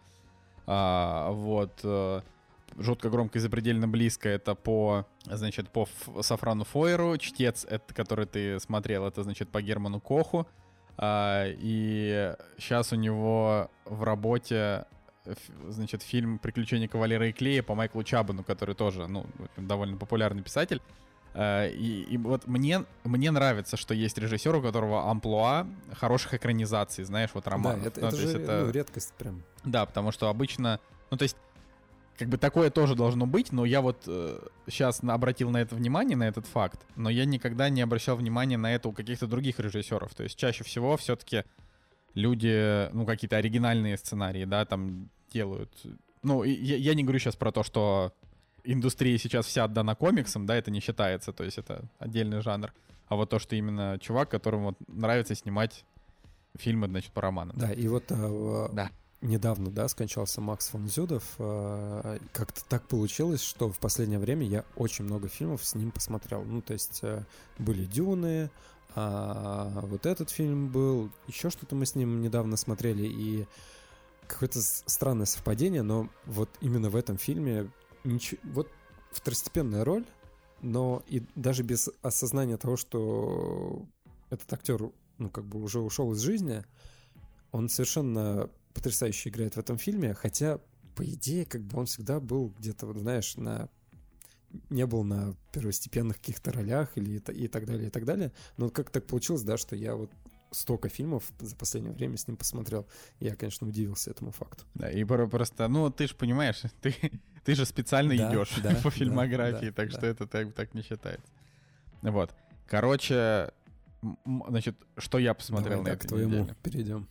«Жутко громко и запредельно близко» — это по Сафрану Фойеру, «Чтец», это, который ты смотрел, это, значит, по Герману Коху, и сейчас у него в работе... значит, фильм «Приключения кавалера и клея» по Майклу Чабану, который тоже, довольно популярный писатель. И вот мне нравится, что есть режиссер, у которого амплуа хороших экранизаций, знаешь, вот романов.
Да, это же редкость прям.
Да, потому что обычно, то есть, как бы такое тоже должно быть, но я вот сейчас обратил на это внимание, на этот факт, но я никогда не обращал внимания на это у каких-то других режиссеров. То есть чаще всего все-таки люди, какие-то оригинальные сценарии, да, там делают. Я не говорю сейчас про то, что индустрия сейчас вся отдана комиксам, да, это не считается, то есть это отдельный жанр. А вот то, что именно чувак, которому нравится снимать фильмы, значит, по романам.
Да, и вот
да.
недавно, да, скончался Макс фон Зюдов. Как-то так получилось, что в последнее время я очень много фильмов с ним посмотрел. Ну, то есть были «Дюны», вот этот фильм был, еще что-то мы с ним недавно смотрели, и какое-то странное совпадение, но вот именно в этом фильме вот второстепенная роль, но и даже без осознания того, что этот актер, ну, как бы уже ушел из жизни, он совершенно потрясающе играет в этом фильме, хотя, по идее, как бы он всегда был где-то, вот, знаешь, не был на первостепенных каких-то ролях или и так далее, и так далее. Но как так получилось, да, что я вот столько фильмов за последнее время с ним посмотрел. Я, конечно, удивился этому факту.
Да, и просто, ну, ты же понимаешь, ты же специально идешь по фильмографии, так что это так не считается. Вот. Короче, значит, что я посмотрел на этой неделе?
К твоему перейдем.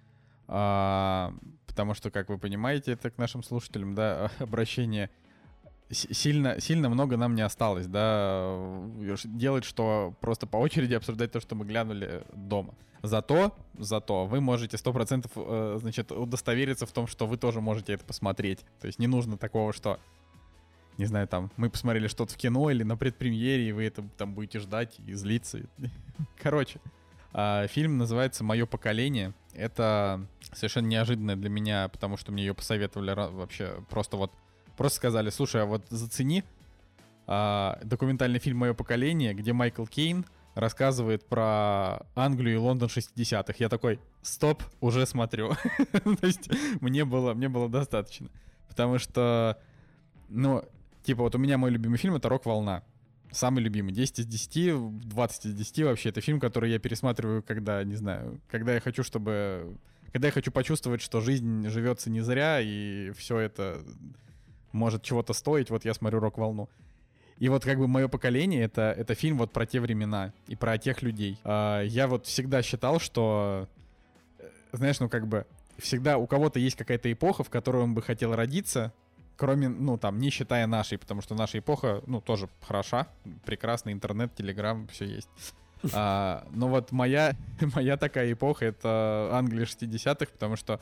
Потому что, как вы понимаете, это к нашим слушателям, да, обращение сильно много нам не осталось, да, делать, что просто по очереди обсуждать то, что мы глянули дома. Зато вы можете 100%, значит, удостовериться в том, что вы тоже можете это посмотреть. То есть не нужно такого, что, не знаю, там, мы посмотрели что-то в кино или на предпремьере, и вы это там будете ждать и злиться. Короче, фильм называется «Мое поколение». Это совершенно неожиданно для меня, потому что мне ее посоветовали вообще просто сказали: слушай, а вот зацени документальный фильм «Мое поколение», где Майкл Кейн рассказывает про Англию и Лондон 60-х. Я такой: стоп, уже смотрю. То есть мне было достаточно. Потому что, ну, типа вот у меня мой любимый фильм — это «Рок-волна». Самый любимый. 10 из 10, 20 из 10 вообще. Это фильм, который я пересматриваю, когда, не знаю, когда я хочу почувствовать, что жизнь живется не зря, и все это может чего-то стоить. Вот я смотрю «Рок-волну». И вот как бы «Мое поколение» — это фильм вот про те времена и про тех людей. Я вот всегда считал, что, знаешь, ну как бы всегда у кого-то есть какая-то эпоха, в которой он бы хотел родиться, кроме, ну там, не считая нашей, потому что наша эпоха, ну, тоже хороша, прекрасный интернет, телеграм, все есть. Но вот моя такая эпоха — это Англия 60-х, потому что,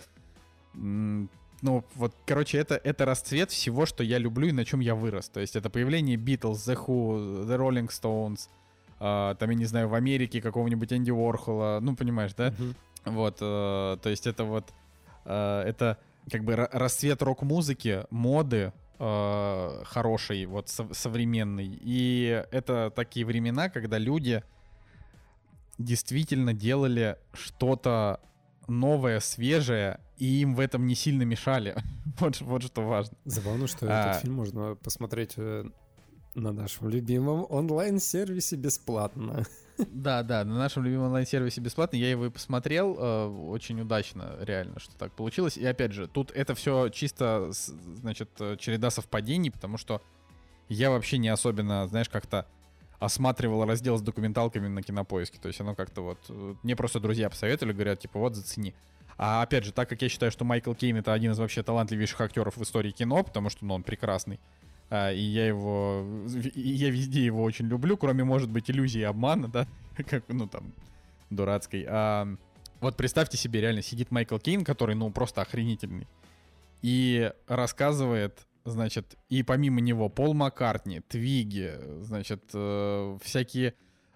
ну, вот, короче, это расцвет всего, что я люблю и на чем я вырос. То есть это появление Beatles, The Who, The Rolling Stones, там, я не знаю, в Америке какого-нибудь Энди Уорхола, ну, понимаешь, да? Вот, то есть это вот, это как бы расцвет рок-музыки, моды хорошей, вот, современной. И это такие времена, когда люди действительно делали что-то новое, свежее, и им в этом не сильно мешали. Вот что важно.
Забавно, что этот фильм можно посмотреть на нашем любимом онлайн-сервисе бесплатно.
Да, на нашем любимом онлайн-сервисе бесплатно. Я его и посмотрел. Очень удачно, реально, что так получилось. И опять же, тут это все чисто, значит, череда совпадений, потому что я вообще не особенно, знаешь, как-то осматривал раздел с документалками на Кинопоиске. То есть оно как-то вот... Мне просто друзья посоветовали, говорят, типа, вот, зацени. А опять же, так как я считаю, что Майкл Кейн — это один из вообще талантливейших актеров в истории кино, потому что, ну, он прекрасный, и я везде его очень люблю, кроме, может быть, «Иллюзии и обмана», да, как, ну, там, дурацкой. Вот представьте себе, реально сидит Майкл Кейн, который, ну, просто охренительный, и рассказывает, значит, и помимо него Пол Маккартни, Твиги, значит, всякие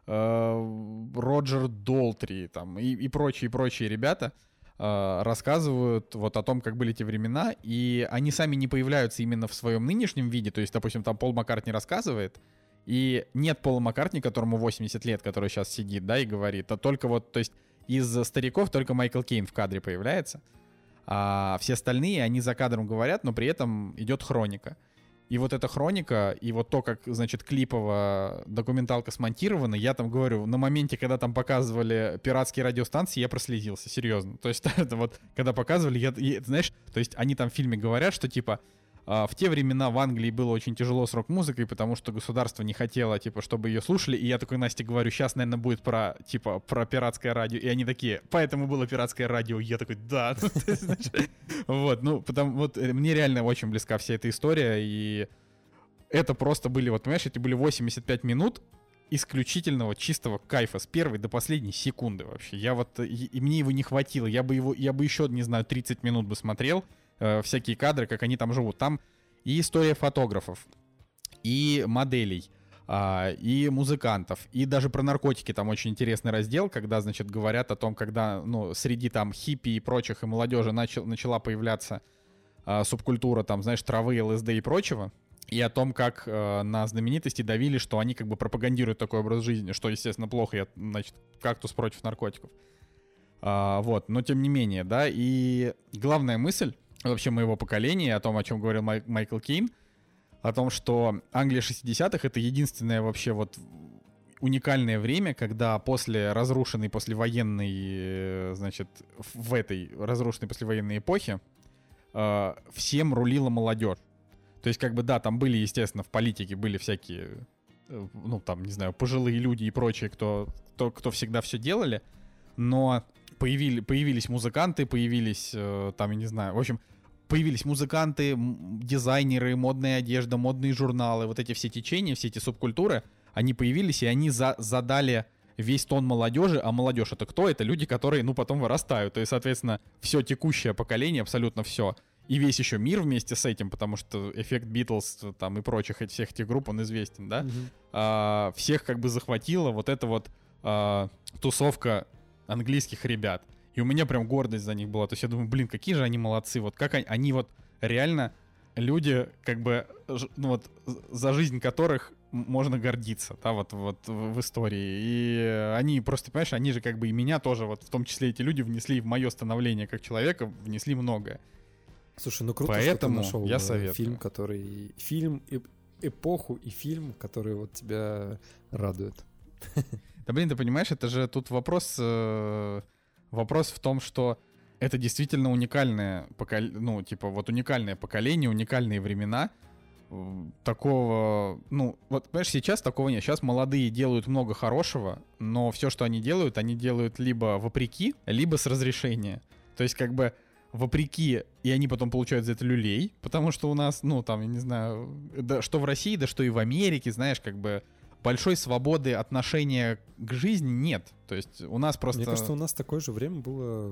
Роджер Долтри, там, и прочие ребята рассказывают вот о том, как были те времена, и они сами не появляются именно в своем нынешнем виде. То есть, допустим, там Пол Маккартни рассказывает, и нет Пола Маккартни, которому 80 лет, который сейчас сидит, да, и говорит, а только вот, то есть из стариков только Майкл Кейн в кадре появляется, а все остальные, они за кадром говорят, но при этом идет хроника. И вот эта хроника, и вот то, как, значит, клипово документалка смонтирована, я там говорю, на моменте, когда там показывали пиратские радиостанции, я прослезился, серьезно. То есть это вот, когда показывали, знаешь, то есть они там в фильме говорят, что типа в те времена в Англии было очень тяжело с рок-музыкой, потому что государство не хотело, типа, чтобы ее слушали. И я такой Насте говорю, сейчас, наверное, будет про пиратское радио. И они такие, поэтому было пиратское радио. Я такой, да. Вот, ну, потому вот мне реально очень близка вся эта история. И это просто были, вот, понимаешь, эти были 85 минут исключительного чистого кайфа с первой до последней секунды вообще. Я вот, и мне его не хватило. Я бы еще, не знаю, 30 минут бы смотрел всякие кадры, как они там живут. Там и история фотографов, и моделей, и музыкантов, и даже про наркотики там очень интересный раздел, когда, значит, говорят о том, когда, ну, среди там хиппи и прочих, и молодежи начала появляться субкультура, там, знаешь, травы, ЛСД и прочего, и о том, как на знаменитости давили, что они как бы пропагандируют такой образ жизни, что, естественно, плохо, значит, кактус против наркотиков. Вот, но тем не менее, да, и главная мысль вообще моего поколения, о том, о чем говорил Майкл Кейн, о том, что Англия 60-х — это единственное вообще вот уникальное время, когда после разрушенной послевоенной, значит, в этой разрушенной послевоенной эпохе всем рулила молодежь. То есть, как бы, да, там были, естественно, в политике были всякие, ну, там, не знаю, пожилые люди и прочие, кто всегда все делали, но появились музыканты, появились, там, я не знаю, в общем, появились музыканты, дизайнеры, модная одежда, модные журналы, вот эти все течения, все эти субкультуры, они появились, и они задали весь тон молодежи. А молодежь — это кто? Это люди, которые, ну, потом вырастают. И, соответственно, все текущее поколение, абсолютно все, и весь еще мир вместе с этим, потому что эффект Битлз там и прочих всех этих групп, он известен, да? Всех как бы захватила вот эта вот тусовка английских ребят. И у меня прям гордость за них была. То есть я думаю, блин, какие же они молодцы. Вот как они вот реально люди, как бы, ну вот, за жизнь которых можно гордиться, да, вот в истории. И они просто, понимаешь, они же как бы и меня тоже, вот в том числе эти люди внесли в мое становление как человека, внесли многое.
Слушай, ну круто,
поэтому
что ты нашел
я советую.
фильм, эпоху и фильм, который вот тебя радует.
Да блин, ты понимаешь, это же тут вопрос в том, что это действительно уникальное поколение, ну, типа, вот уникальное поколение, уникальные времена. Такого, ну, вот, понимаешь, сейчас такого нет. Сейчас молодые делают много хорошего, но все, что они делают либо вопреки, либо с разрешения. То есть, как бы, вопреки, и они потом получают за это люлей, потому что у нас, ну, там, я не знаю, да, что в России, да что и в Америке, знаешь, как бы, большой свободы отношения к жизни нет. То есть у нас просто...
Мне кажется, у нас такое же время было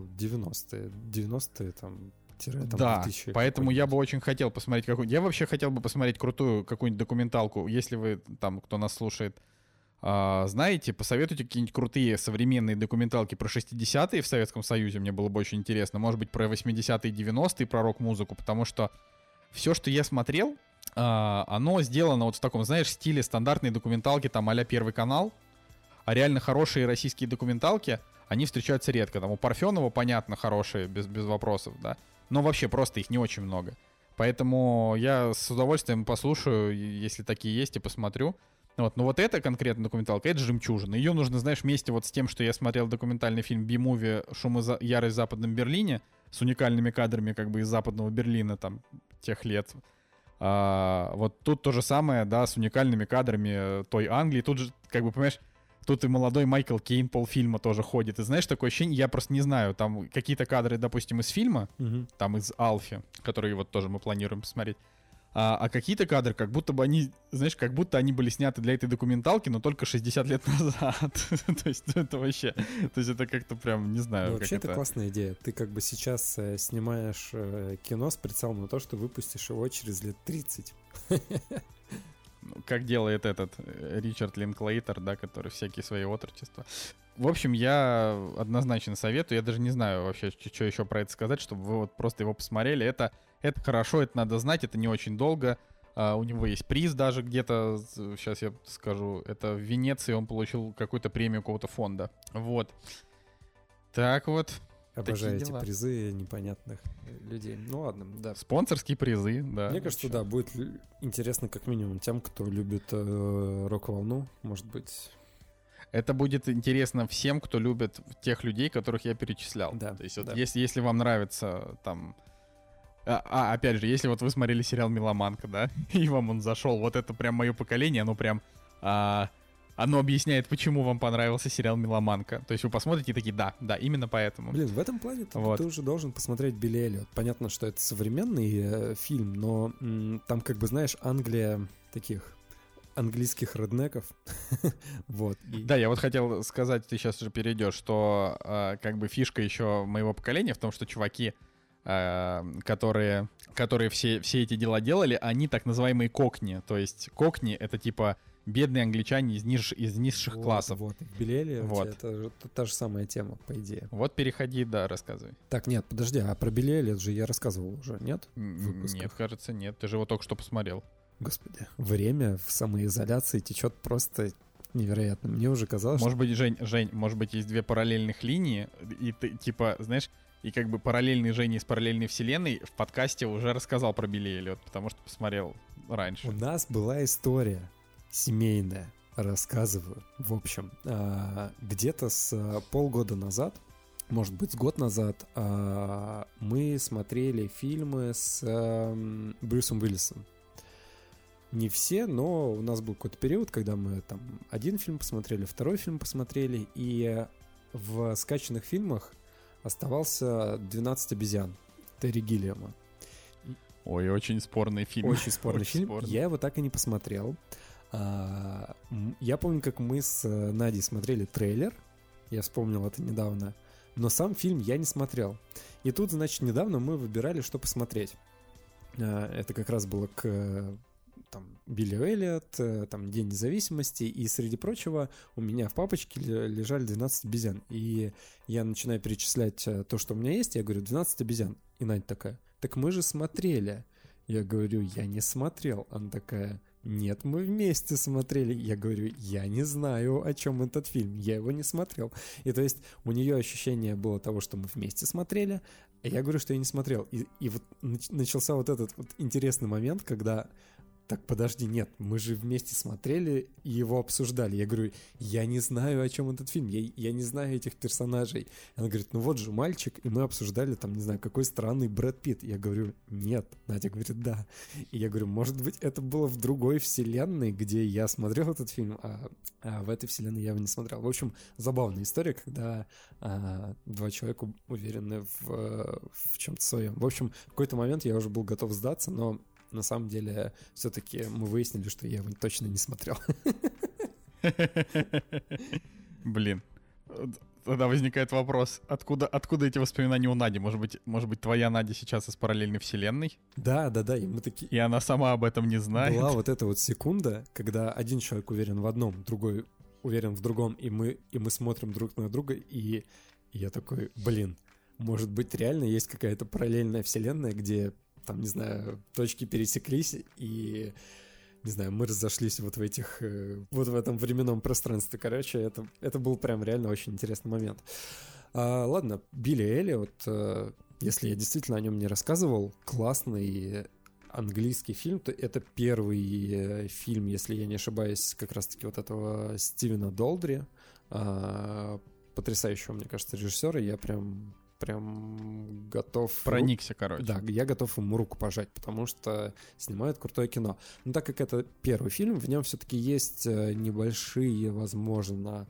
90-е там,
да, поэтому я бы очень хотел посмотреть я вообще хотел бы посмотреть крутую какую-нибудь документалку. Если вы там, кто нас слушает, знаете, посоветуйте какие-нибудь крутые современные документалки про 60-е в Советском Союзе. Мне было бы очень интересно. Может быть, про 80-е и 90-е, про рок-музыку, потому что все, что я смотрел, оно сделано вот в таком, знаешь, стиле стандартной документалки, там, а-ля Первый канал. А реально хорошие российские документалки, они встречаются редко. Там у Парфенова, понятно, хорошие, без вопросов, да. Но вообще просто их не очень много. Поэтому я с удовольствием послушаю, если такие есть, и посмотрю. Вот. Но вот эта конкретно документалка, это жемчужина. Ее нужно, знаешь, вместе вот с тем, что я смотрел документальный фильм «Би-муви. Шум и ярость в Западном Берлине» с уникальными кадрами как бы из Западного Берлина там тех лет. Вот тут то же самое, да, с уникальными кадрами той Англии. Тут же, как бы, понимаешь, тут и молодой Майкл Кейн полфильма тоже ходит. И знаешь, такое ощущение, я просто не знаю, там какие-то кадры, допустим, из фильма, там из «Алфи», который вот тоже мы планируем посмотреть, а какие-то кадры, как будто бы они, знаешь, как будто они были сняты для этой документалки, но только 60 лет назад. То есть это вообще, то есть это как-то прям, не знаю.
Вообще это классная идея. Ты как бы сейчас снимаешь кино с прицелом на то, что выпустишь его через лет 30.
Как делает этот Ричард Линклейтер, да, который всякие свои отрочества. В общем, я однозначно советую. Я даже не знаю вообще, что еще про это сказать, чтобы вы вот просто его посмотрели. Это хорошо, это надо знать, это не очень долго. У него есть приз даже где-то, сейчас я скажу, это в Венеции он получил какую-то премию какого-то фонда. Вот. Так вот.
Обожаю эти призы непонятных людей. Ну ладно, да.
Спонсорские призы, да.
Мне кажется, да, будет интересно как минимум тем, кто любит рок-волну, может быть.
Это будет интересно всем, кто любит тех людей, которых я перечислял.
Да,
то есть вот если вам нравится там... опять же, если вот вы смотрели сериал «Меломанка», да, и вам он зашел, вот это прям мое поколение, оно прям... Оно объясняет, почему вам понравился сериал «Меломанка». То есть вы посмотрите и такие, да, именно поэтому.
Блин, в этом плане ты уже должен посмотреть «Билли Эллиот». Понятно, что это современный фильм, но там, как бы, знаешь, Англия таких английских реднеков. Вот.
Да, я вот хотел сказать, ты сейчас уже перейдешь, что как бы фишка еще моего поколения в том, что чуваки, которые все эти дела делали, они так называемые кокни. То есть кокни — это типа бедные англичане из низших классов.
Вот, их Билли
Вот.
это та же самая тема, по идее.
Вот переходи, да, рассказывай.
Так, нет, подожди, а про Билли Эллиот же я рассказывал уже, нет?
Нет, кажется, нет. Ты же его только что посмотрел.
Господи, время в самоизоляции течет просто невероятно. Мне уже казалось,
Может быть, Жень, может быть, есть две параллельных линии, и ты, типа, знаешь, и как бы параллельный Женя из параллельной вселенной в подкасте уже рассказал про Билли Эллиот, потому что посмотрел раньше.
у нас была история семейная, рассказываю. В общем, где-то с полгода назад, может быть, с год назад, мы смотрели фильмы с Брюсом Уиллисом. Не все, но у нас был какой-то период, когда мы там один фильм посмотрели, второй фильм посмотрели, и в скачанных фильмах оставался «12 обезьян» Терри Гиллиама.
Ой, очень спорный фильм.
Очень спорный
Очень
фильм.
спорный.
Я его так и не посмотрел. Я помню, как мы с Надей смотрели трейлер. Я вспомнил это недавно. Но сам фильм я не смотрел. И тут, значит, недавно мы выбирали, что посмотреть. Это как раз было к там, Билли Эллиот, там, День независимости. И, среди прочего, у меня в папочке лежали 12 обезьян. И я начинаю перечислять то, что у меня есть. Я говорю, 12 обезьян. И Надя такая, так мы же смотрели. Я говорю, я не смотрел. Она такая, нет, мы вместе смотрели. Я говорю, я не знаю, о чем этот фильм. Я его не смотрел. И то есть у нее ощущение было того, что мы вместе смотрели, а я говорю, что я не смотрел. И вот начался вот этот вот интересный момент, когда... Так, подожди, нет, мы же вместе смотрели и его обсуждали. Я говорю, я не знаю, о чем этот фильм, я не знаю этих персонажей. Она говорит, ну вот же мальчик, и мы обсуждали, там, не знаю, какой странный Брэд Питт. Я говорю, нет. Надя говорит, да. И я говорю, может быть, это было в другой вселенной, где я смотрел этот фильм, а в этой вселенной я его не смотрел. В общем, забавная история, когда два человека уверены в чем-то своем. В общем, в какой-то момент я уже был готов сдаться, но на самом деле, все-таки мы выяснили, что я его точно не смотрел.
Блин. Тогда возникает вопрос, откуда эти воспоминания у Нади? Может быть, твоя Надя сейчас из параллельной вселенной?
Да, и мы такие...
И она сама об этом не знает?
Была вот эта вот секунда, когда один человек уверен в одном, другой уверен в другом, и мы смотрим друг на друга, и я такой, блин, может быть, реально есть какая-то параллельная вселенная, где... там, не знаю, точки пересеклись, и, не знаю, мы разошлись вот в этих, вот в этом временном пространстве. Короче, это был прям реально очень интересный момент. Ладно, Билли Эллиот, если я действительно о нем не рассказывал, классный английский фильм. Это первый фильм, если я не ошибаюсь, как раз-таки вот этого Стивена Долдри, потрясающего, мне кажется, режиссера. Я прям готов...
Проникся, короче.
Да, я готов ему руку пожать, потому что снимают крутое кино. Но так как это первый фильм, в нем все-таки есть небольшие, возможно,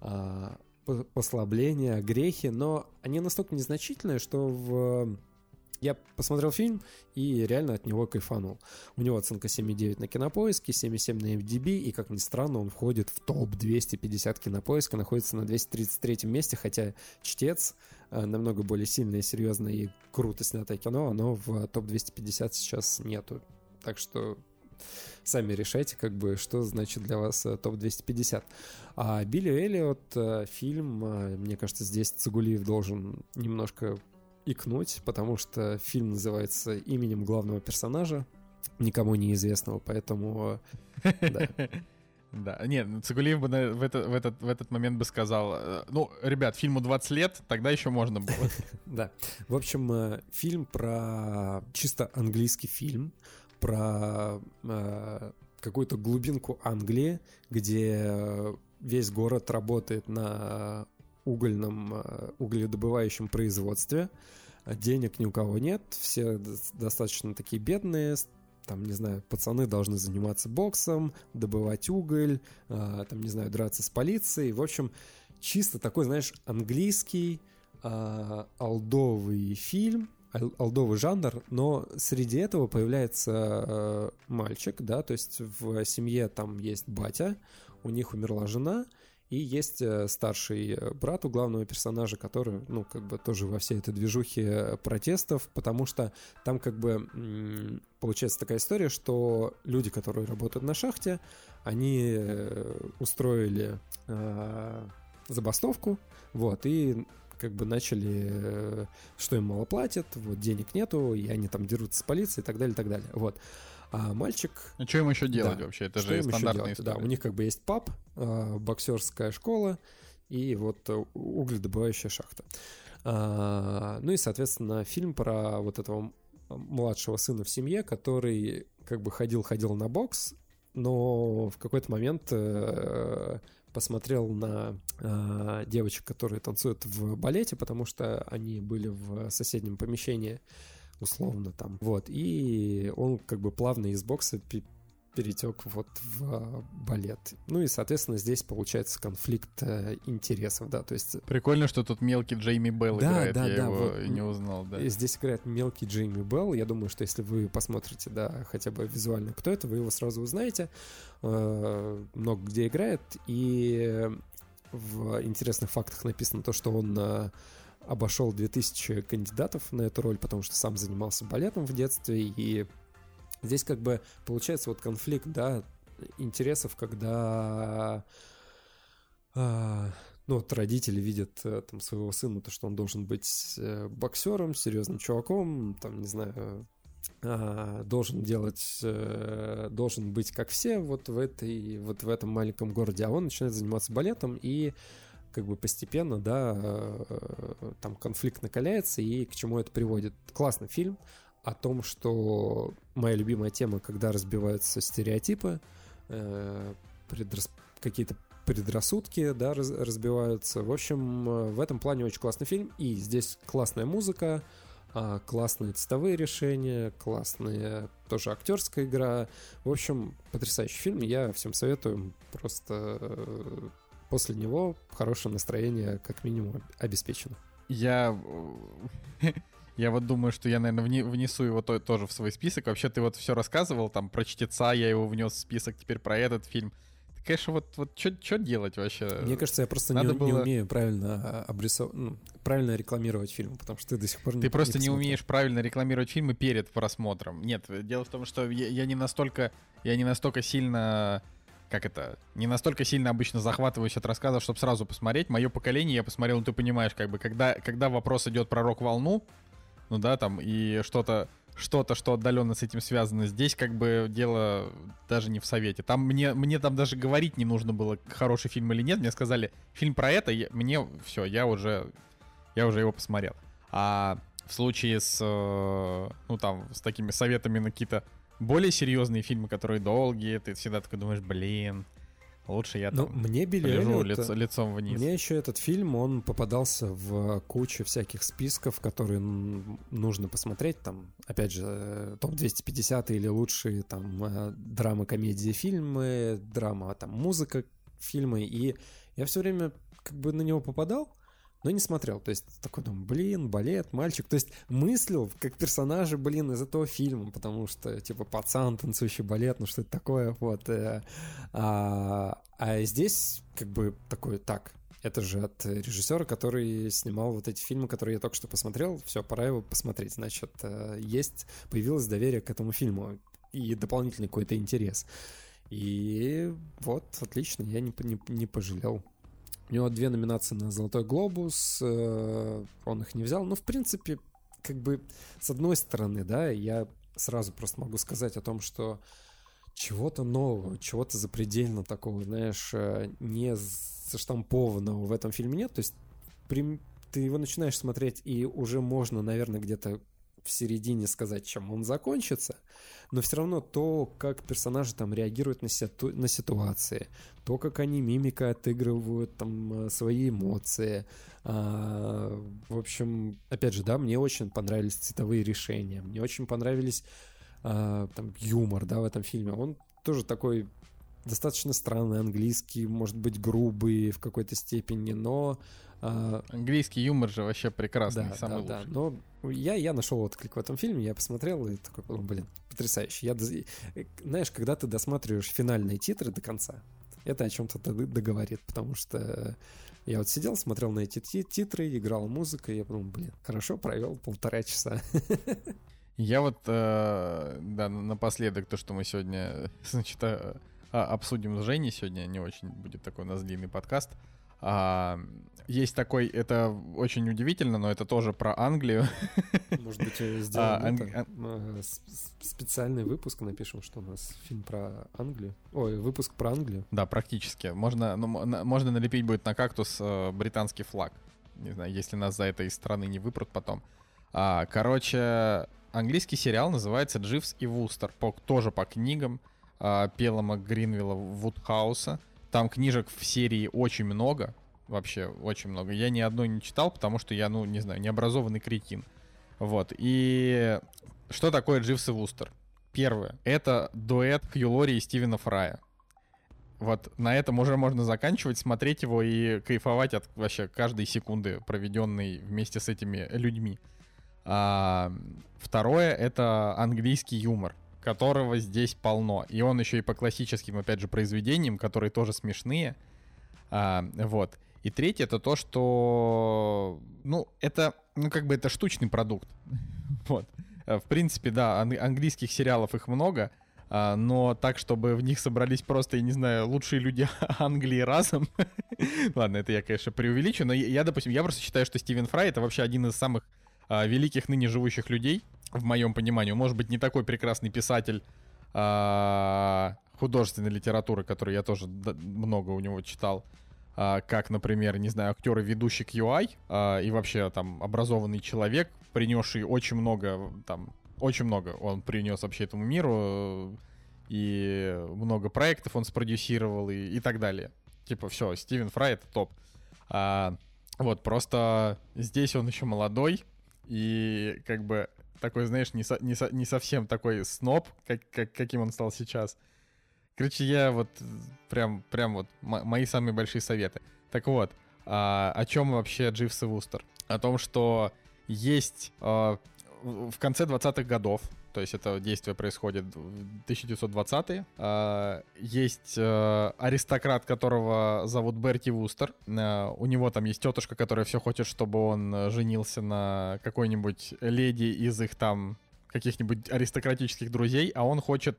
послабления, грехи, но они настолько незначительные, что я посмотрел фильм и реально от него кайфанул. У него оценка 7,9 на Кинопоиске, 7,7 на MDB, и, как ни странно, он входит в топ-250 Кинопоиска, находится на 233 месте, хотя «Чтец», намного более сильное, серьезное и круто снятое кино, оно в топ-250 сейчас нету. Так что сами решайте, как бы, что значит для вас топ-250. А Билли Эллиот, фильм, мне кажется, здесь Цигулиев должен немножко икнуть, потому что фильм называется именем главного персонажа, никому неизвестного, поэтому... Да.
Да, нет, Цигулиев бы в этот момент бы сказал, ну, ребят, фильму 20 лет, тогда еще можно было.
Да, в общем, фильм про чисто английский фильм, про какую-то глубинку Англии, где весь город работает на угледобывающем производстве, денег ни у кого нет, все достаточно такие бедные, там, не знаю, пацаны должны заниматься боксом, добывать уголь, там, не знаю, драться с полицией. В общем, чисто такой, знаешь, английский, олдовый фильм олдовый жанр, но среди этого появляется мальчик, да, то есть в семье там есть батя, у них умерла жена, и есть старший брат у главного персонажа, который, ну, как бы тоже во всей этой движухе протестов, потому что там как бы получается такая история, что люди, которые работают на шахте, они устроили забастовку, вот, и как бы начали, что им мало платят, вот, денег нету, и они там дерутся с полицией и так далее, и так далее, вот. А мальчик...
А что им еще делать вообще? Это же стандартная история.
Да, у них как бы есть паб, боксерская школа и вот угледобывающая шахта. Ну и, соответственно, фильм про вот этого младшего сына в семье, который как бы ходил на бокс, но в какой-то момент посмотрел на девочек, которые танцуют в балете, потому что они были в соседнем помещении, условно там, вот, и он как бы плавно из бокса перетек вот в балет. Ну и, соответственно, здесь получается конфликт интересов, да, то есть...
Прикольно, что тут мелкий Джейми Белл играет, я его вот, не узнал, да.
Здесь играет мелкий Джейми Белл, я думаю, что если вы посмотрите, да, хотя бы визуально, кто это, вы его сразу узнаете, много где играет, и в интересных фактах написано то, что он... обошел 2000 кандидатов на эту роль, потому что сам занимался балетом в детстве, и здесь как бы получается вот конфликт, да, интересов, когда ну вот родители видят там своего сына, то, что он должен быть боксером, серьезным чуваком, там, не знаю, должен быть как все вот в этом маленьком городе, а он начинает заниматься балетом, и как бы постепенно, да, там конфликт накаляется, и к чему это приводит. Классный фильм о том, что моя любимая тема, когда разбиваются стереотипы, какие-то предрассудки, да, разбиваются. В общем, в этом плане очень классный фильм, и здесь классная музыка, классные цветовые решения, классная тоже актерская игра. В общем, потрясающий фильм, я всем советую, просто... После него хорошее настроение, как минимум, обеспечено.
Я вот думаю, что я, наверное, внесу его тоже в свой список. Вообще, ты вот все рассказывал, там, про «Чтеца», я его внес в список, теперь про этот фильм. Ты, конечно, вот что делать вообще?
Мне кажется, я просто не умею правильно правильно рекламировать фильм, потому что ты до сих пор
Ты просто не умеешь правильно рекламировать фильмы перед просмотром. Нет, дело в том, что я не настолько сильно... не настолько сильно обычно захватываюсь от рассказов, чтобы сразу посмотреть. Мое поколение, я посмотрел, ты понимаешь, как бы, когда вопрос идет про рок-волну, ну да, там, и что-то, что отдаленно с этим связано, здесь как бы дело даже не в совете. Там мне там даже говорить не нужно было, хороший фильм или нет. Мне сказали, фильм про это, мне все, я уже его посмотрел. А в случае с такими советами на какие-то более серьезные фильмы, которые долгие, ты всегда такой думаешь, блин, лучше я там полежу лицом вниз.
Мне еще этот фильм, он попадался в кучу всяких списков, которые нужно посмотреть, там, опять же, топ-250 или лучшие там драмы, комедии, фильмы, драма, там, музыка, фильмы, и я все время как бы на него попадал, но не смотрел, то есть такой думаю, блин, балет, мальчик, то есть мыслил как персонажи, блин, из этого фильма, потому что, типа, пацан, танцующий балет, ну что это такое, вот, а здесь как бы такой, так, это же от режиссера, который снимал вот эти фильмы, которые я только что посмотрел, все, пора его посмотреть, значит, появилось доверие к этому фильму и дополнительный какой-то интерес, и вот, отлично, я не пожалел. У него 2 номинации на «Золотой глобус», он их не взял. Но, в принципе, как бы, с одной стороны, да, я сразу просто могу сказать о том, что чего-то нового, чего-то запредельно такого, знаешь, не заштампованного в этом фильме нет. То есть ты его начинаешь смотреть, и уже можно, наверное, где-то в середине сказать, чем он закончится, но все равно то, как персонажи там реагируют на ситуации, то, как они мимикой отыгрывают там свои эмоции. В общем, опять же, да, мне очень понравились цветовые решения, мне очень понравились там юмор, да, в этом фильме. Он тоже такой достаточно странный, английский, может быть, грубый в какой-то степени, но...
Английский юмор же вообще прекрасный, самый лучший.
Да, но Я нашел отклик в этом фильме, я посмотрел и такой, блин, потрясающе. Знаешь, когда ты досматриваешь финальные титры до конца, это о чем-то договорит, потому что я вот сидел, смотрел на эти титры, играл музыка, и я подумал, блин, хорошо провел 1,5 часа.
Я вот, да, напоследок, то, что мы сегодня, значит, обсудим с Женей сегодня, не очень будет такой у нас длинный подкаст. Есть такой, это очень удивительно, но это тоже про Англию.
Может быть, сделаем специальный выпуск, напишем, что у нас фильм про Англию. Ой, выпуск про Англию.
Да, практически. Можно налепить будет на кактус британский флаг. Не знаю, если нас за это из страны не выпрут потом. Короче, английский сериал называется «Дживс и Вустер». Тоже по книгам Пелома Гринвилла Вудхауса. Там книжек в серии очень много. Вообще очень много. Я ни одной не читал, потому что я, не знаю, необразованный кретин. Вот. И что такое Дживс и Вустер? Первое. Это дуэт Хью Лори и Стивена Фрая. Вот на этом уже можно заканчивать, смотреть его и кайфовать от вообще каждой секунды, проведенной вместе с этими людьми. Второе — это английский юмор, которого здесь полно. И он еще и по классическим, опять же, произведениям, которые тоже смешные. Вот. И третье — это то, что... это штучный продукт. Вот. В принципе, да, английских сериалов их много, но так, чтобы в них собрались просто, я не знаю, лучшие люди Англии разом. Ладно, это я, конечно, преувеличу, но я, допустим, я просто считаю, что Стивен Фрай — это вообще один из самых великих ныне живущих людей, в моем понимании. Может быть, не такой прекрасный писатель художественной литературы, который я тоже много у него читал, как, например, не знаю, актер и ведущий QI, и вообще там образованный человек, принесший очень много он принес вообще этому миру, и много проектов он спродюсировал и так далее. Типа, все, Стивен Фрай — это топ. Вот, просто здесь он еще молодой, и как бы такой, знаешь, не совсем такой сноб, каким он стал сейчас. Короче, я вот прям вот мои самые большие советы. Так вот, о чем вообще Дживс и Вустер? О том, что есть в конце 20-х годов, то есть это действие происходит в 1920-е, есть аристократ, которого зовут Берти Вустер. У него там есть тетушка, которая все хочет, чтобы он женился на какой-нибудь леди из их там каких-нибудь аристократических друзей, а он хочет...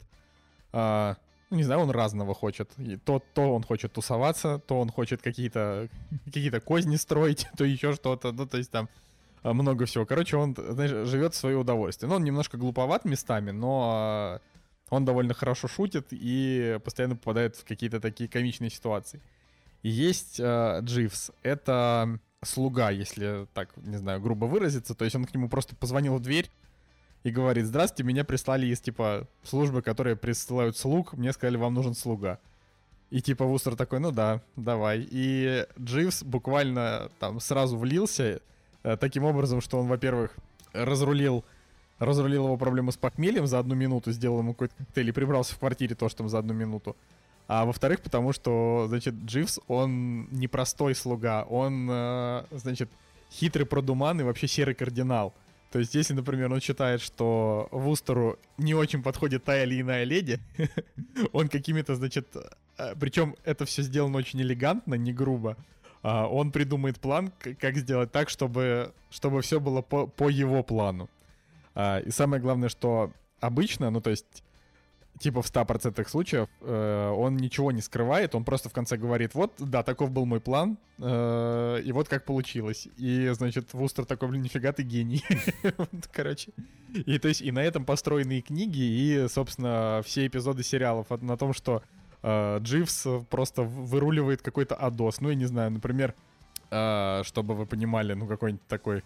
не знаю, он разного хочет. И то он хочет тусоваться, то он хочет какие-то козни строить, то еще что-то. То есть там много всего. Короче, он, знаешь, живет в свое удовольствие. Он немножко глуповат местами, но он довольно хорошо шутит и постоянно попадает в какие-то такие комичные ситуации. И есть Дживс. Это слуга, если так, не знаю, грубо выразиться. То есть он к нему просто позвонил в дверь и говорит: здравствуйте, меня прислали из, типа, службы, которые присылают слуг, мне сказали, вам нужен слуга. И, типа, Вустер такой: ну да, давай. И Дживс буквально там сразу влился, таким образом, что он, во-первых, разрулил его проблему с похмельем за 1 минуту, сделал ему какой-то коктейль и прибрался в квартире тоже там за 1 минуту. А во-вторых, потому что, значит, Дживс, он не простой слуга, он, значит, хитрый продуман и вообще серый кардинал. То есть, если, например, он считает, что Вустеру не очень подходит та или иная леди, он какими-то, значит... Причем это все сделано очень элегантно, не грубо. Он придумает план, как сделать так, чтобы все было по его плану. И самое главное, что обычно, то есть... Типа в 100% случаев он ничего не скрывает, он просто в конце говорит: вот, да, таков был мой план, и вот как получилось. И, значит, Вустер такой: блин, нифига ты гений. Короче. И то есть и на этом построены и книги, и, собственно, все эпизоды сериалов на том, что Дживс просто выруливает какой-то адос. Ну, я не знаю, например, чтобы вы понимали, какой-нибудь такой...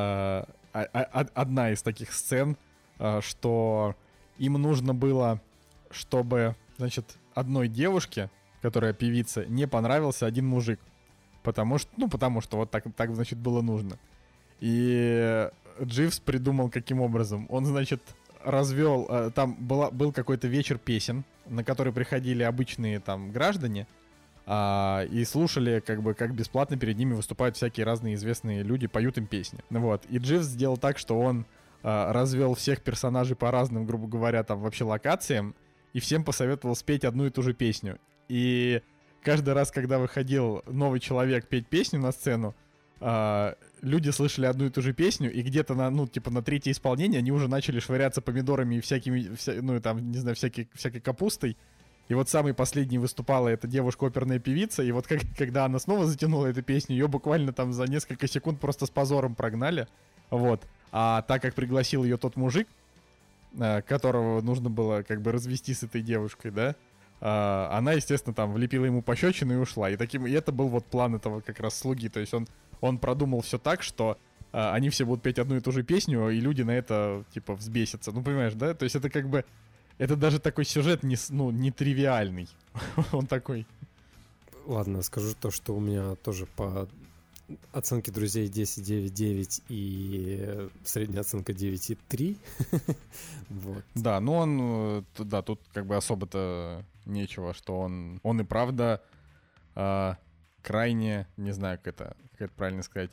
Одна из таких сцен, что им нужно было... чтобы, значит, одной девушке, которая певица, не понравился один мужик. Потому что вот так, значит, было нужно. И Дживс придумал, каким образом. Он, значит, развел... Там был какой-то вечер песен, на который приходили обычные там граждане. и слушали, как бесплатно перед ними выступают всякие разные известные люди, поют им песни. Вот. И Дживс сделал так, что он развел всех персонажей по разным, грубо говоря, там вообще локациям, и всем посоветовал спеть одну и ту же песню. И каждый раз, когда выходил новый человек петь песню на сцену, люди слышали одну и ту же песню, и где-то на третье исполнение они уже начали швыряться помидорами и всякой капустой. И вот самой последней выступала эта девушка, оперная певица, и вот когда она снова затянула эту песню, ее буквально там за несколько секунд просто с позором прогнали. Вот. А так как пригласил ее тот мужик, которого нужно было как бы развести с этой девушкой, да, она, естественно, там влепила ему пощечину и ушла. И это был вот план этого как раз слуги. То есть он продумал все так, что они все будут петь одну и ту же песню, и люди на это, типа, взбесятся. Ну, понимаешь, да? То есть это как бы... Это даже такой сюжет не тривиальный. Он такой.
Ладно, скажу то, что у меня тоже по оценке друзей 10,9,9 и средняя оценка 9,3. Вот.
Да, тут как бы особо-то нечего, что он и правда крайне, не знаю, как это правильно сказать,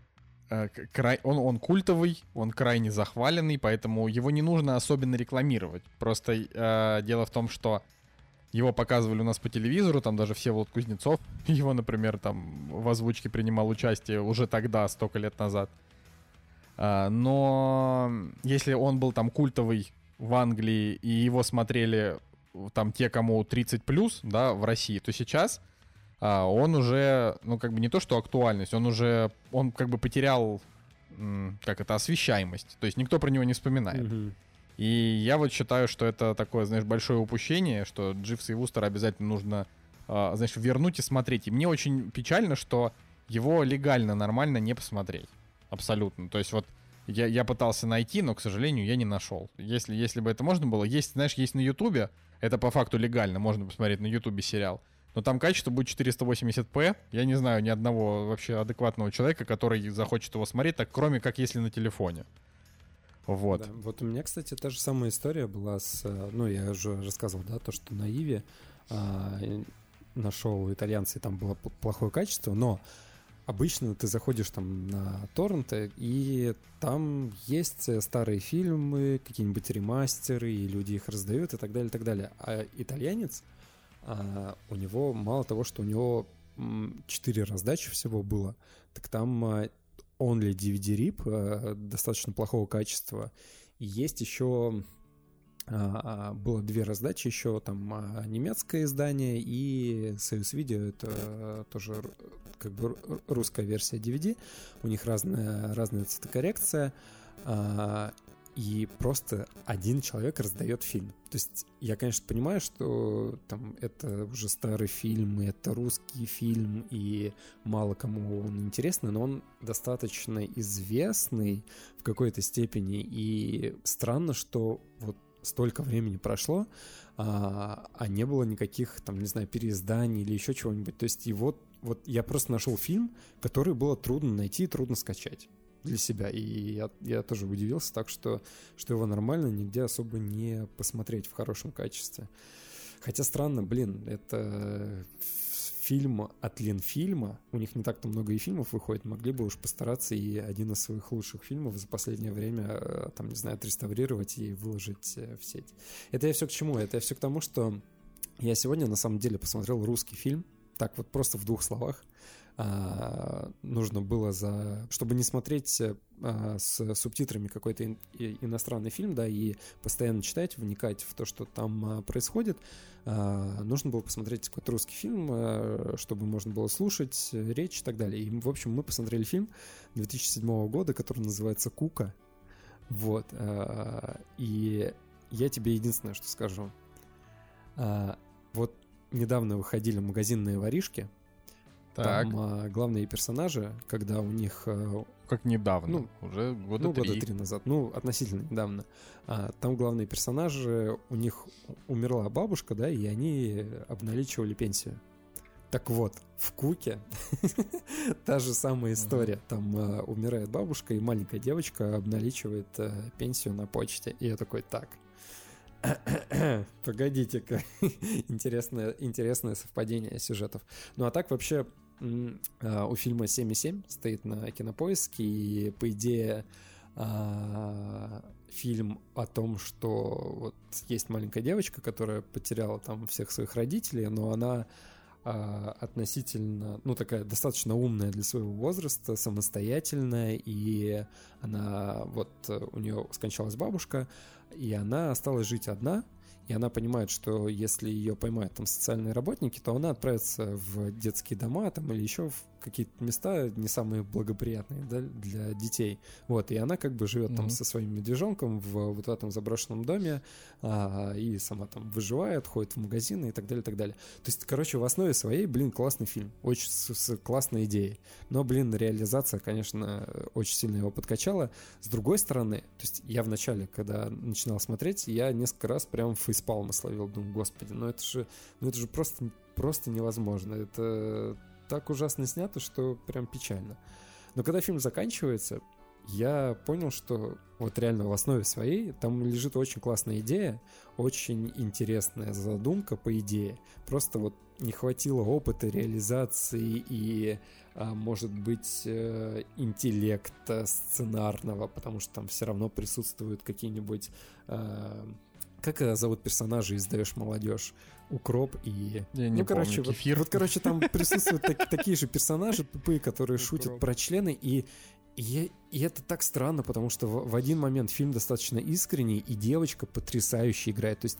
он культовый, он крайне захваленный, поэтому его не нужно особенно рекламировать. Просто дело в том, что его показывали у нас по телевизору, там даже Всеволод Кузнецов, его, например, там в озвучке принимал участие уже тогда, столько лет назад. Но если он был там культовый в Англии, и его смотрели там те, кому 30+, да, в России, то сейчас он уже, не то что актуальность, он как бы потерял, освещаемость. То есть никто про него не вспоминает. Mm-hmm. И я вот считаю, что это такое, знаешь, большое упущение, что Дживса и Вустера обязательно нужно, вернуть и смотреть. И мне очень печально, что его легально, нормально не посмотреть. Абсолютно. То есть вот я пытался найти, но, к сожалению, я не нашел. Если бы это можно было, есть на Ютубе, это по факту легально, можно посмотреть на Ютубе сериал. Но там качество будет 480p. Я не знаю ни одного вообще адекватного человека, который захочет его смотреть, так кроме как если на телефоне. Вот.
Да, вот у меня, кстати, та же самая история была я уже рассказывал, да, то, что на Иве нашел итальянцы, и там было плохое качество, но обычно ты заходишь там на торренты, и там есть старые фильмы, какие-нибудь ремастеры, и люди их раздают, и так далее, и так далее. А итальянец, у него мало того, что у него 4 раздачи всего было, так там only DVD-RIP достаточно плохого качества. И есть еще было 2 раздачи еще, там немецкое издание и Союз Видео, это тоже как бы русская версия DVD. У них разная цветокоррекция. И просто один человек раздает фильм. То есть я, конечно, понимаю, что там это уже старый фильм, и это русский фильм, и мало кому он интересный, но он достаточно известный в какой-то степени. И странно, что вот столько времени прошло, а не было никаких, там, не знаю, переизданий или еще чего-нибудь. То есть и вот я просто нашел фильм, который было трудно найти и трудно скачать для себя, и я тоже удивился, так что его нормально нигде особо не посмотреть в хорошем качестве. Хотя странно, это фильм от Ленфильма, у них не так-то много и фильмов выходит, могли бы уж постараться и один из своих лучших фильмов за последнее время, там, не знаю, отреставрировать и выложить в сеть. Это я все к чему? Это я все к тому, что я сегодня на самом деле посмотрел русский фильм, так вот просто в 2 словах. Нужно было, чтобы не смотреть с субтитрами какой-то иностранный фильм, да, и постоянно читать, вникать в то, что там происходит, нужно было посмотреть какой-то русский фильм, чтобы можно было слушать речь и так далее. И, в общем, мы посмотрели фильм 2007 года, который называется «Кука». Вот. И я тебе единственное, что скажу. Вот недавно выходили магазинные воришки.
Так.
Там главные персонажи, когда у них...
Как недавно? Уже года
3 назад. Относительно недавно. Там главные персонажи, у них умерла бабушка, да, и они обналичивали пенсию. Так вот, в Куке та же самая история. Там умирает бабушка, и маленькая девочка обналичивает пенсию на почте. И я такой, так... Погодите-ка. Интересное совпадение сюжетов. Ну а так вообще у фильма 7,7 стоит на Кинопоиске, и по идее фильм о том, что вот есть маленькая девочка, которая потеряла там всех своих родителей, но она относительно, ну, такая достаточно умная для своего возраста, самостоятельная, и она, вот, у нее скончалась бабушка, и она осталась жить одна, и она понимает, что если ее поймают там социальные работники, то она отправится в детские дома там или еще в какие-то места не самые благоприятные, да, для детей. Вот, и она как бы живет там со своим медвежонком в вот этом заброшенном доме, и сама там выживает, ходит в магазины и так далее, и так далее. То есть, короче, в основе своей, блин, классный фильм, очень с классной идеей. Но, блин, реализация, конечно, очень сильно его подкачала. С другой стороны, то есть я в начале, когда начинал смотреть, я несколько раз прям фейспалмы словил, думаю, господи, ну это же просто невозможно. Это так ужасно снято, что прям печально. Но когда фильм заканчивается, я понял, что вот реально в основе своей там лежит очень классная идея, очень интересная задумка по идее. Просто вот не хватило опыта реализации и, может быть, интеллекта сценарного, потому что там все равно присутствуют какие-нибудь... Как зовут персонажей из «Даешь молодежь»? Укроп и...
Я не помню, Кефир.
Вот, короче, там присутствуют такие же персонажи тупые, которые шутят про члены, и это так странно, потому что в один момент фильм достаточно искренний, и девочка потрясающе играет. То есть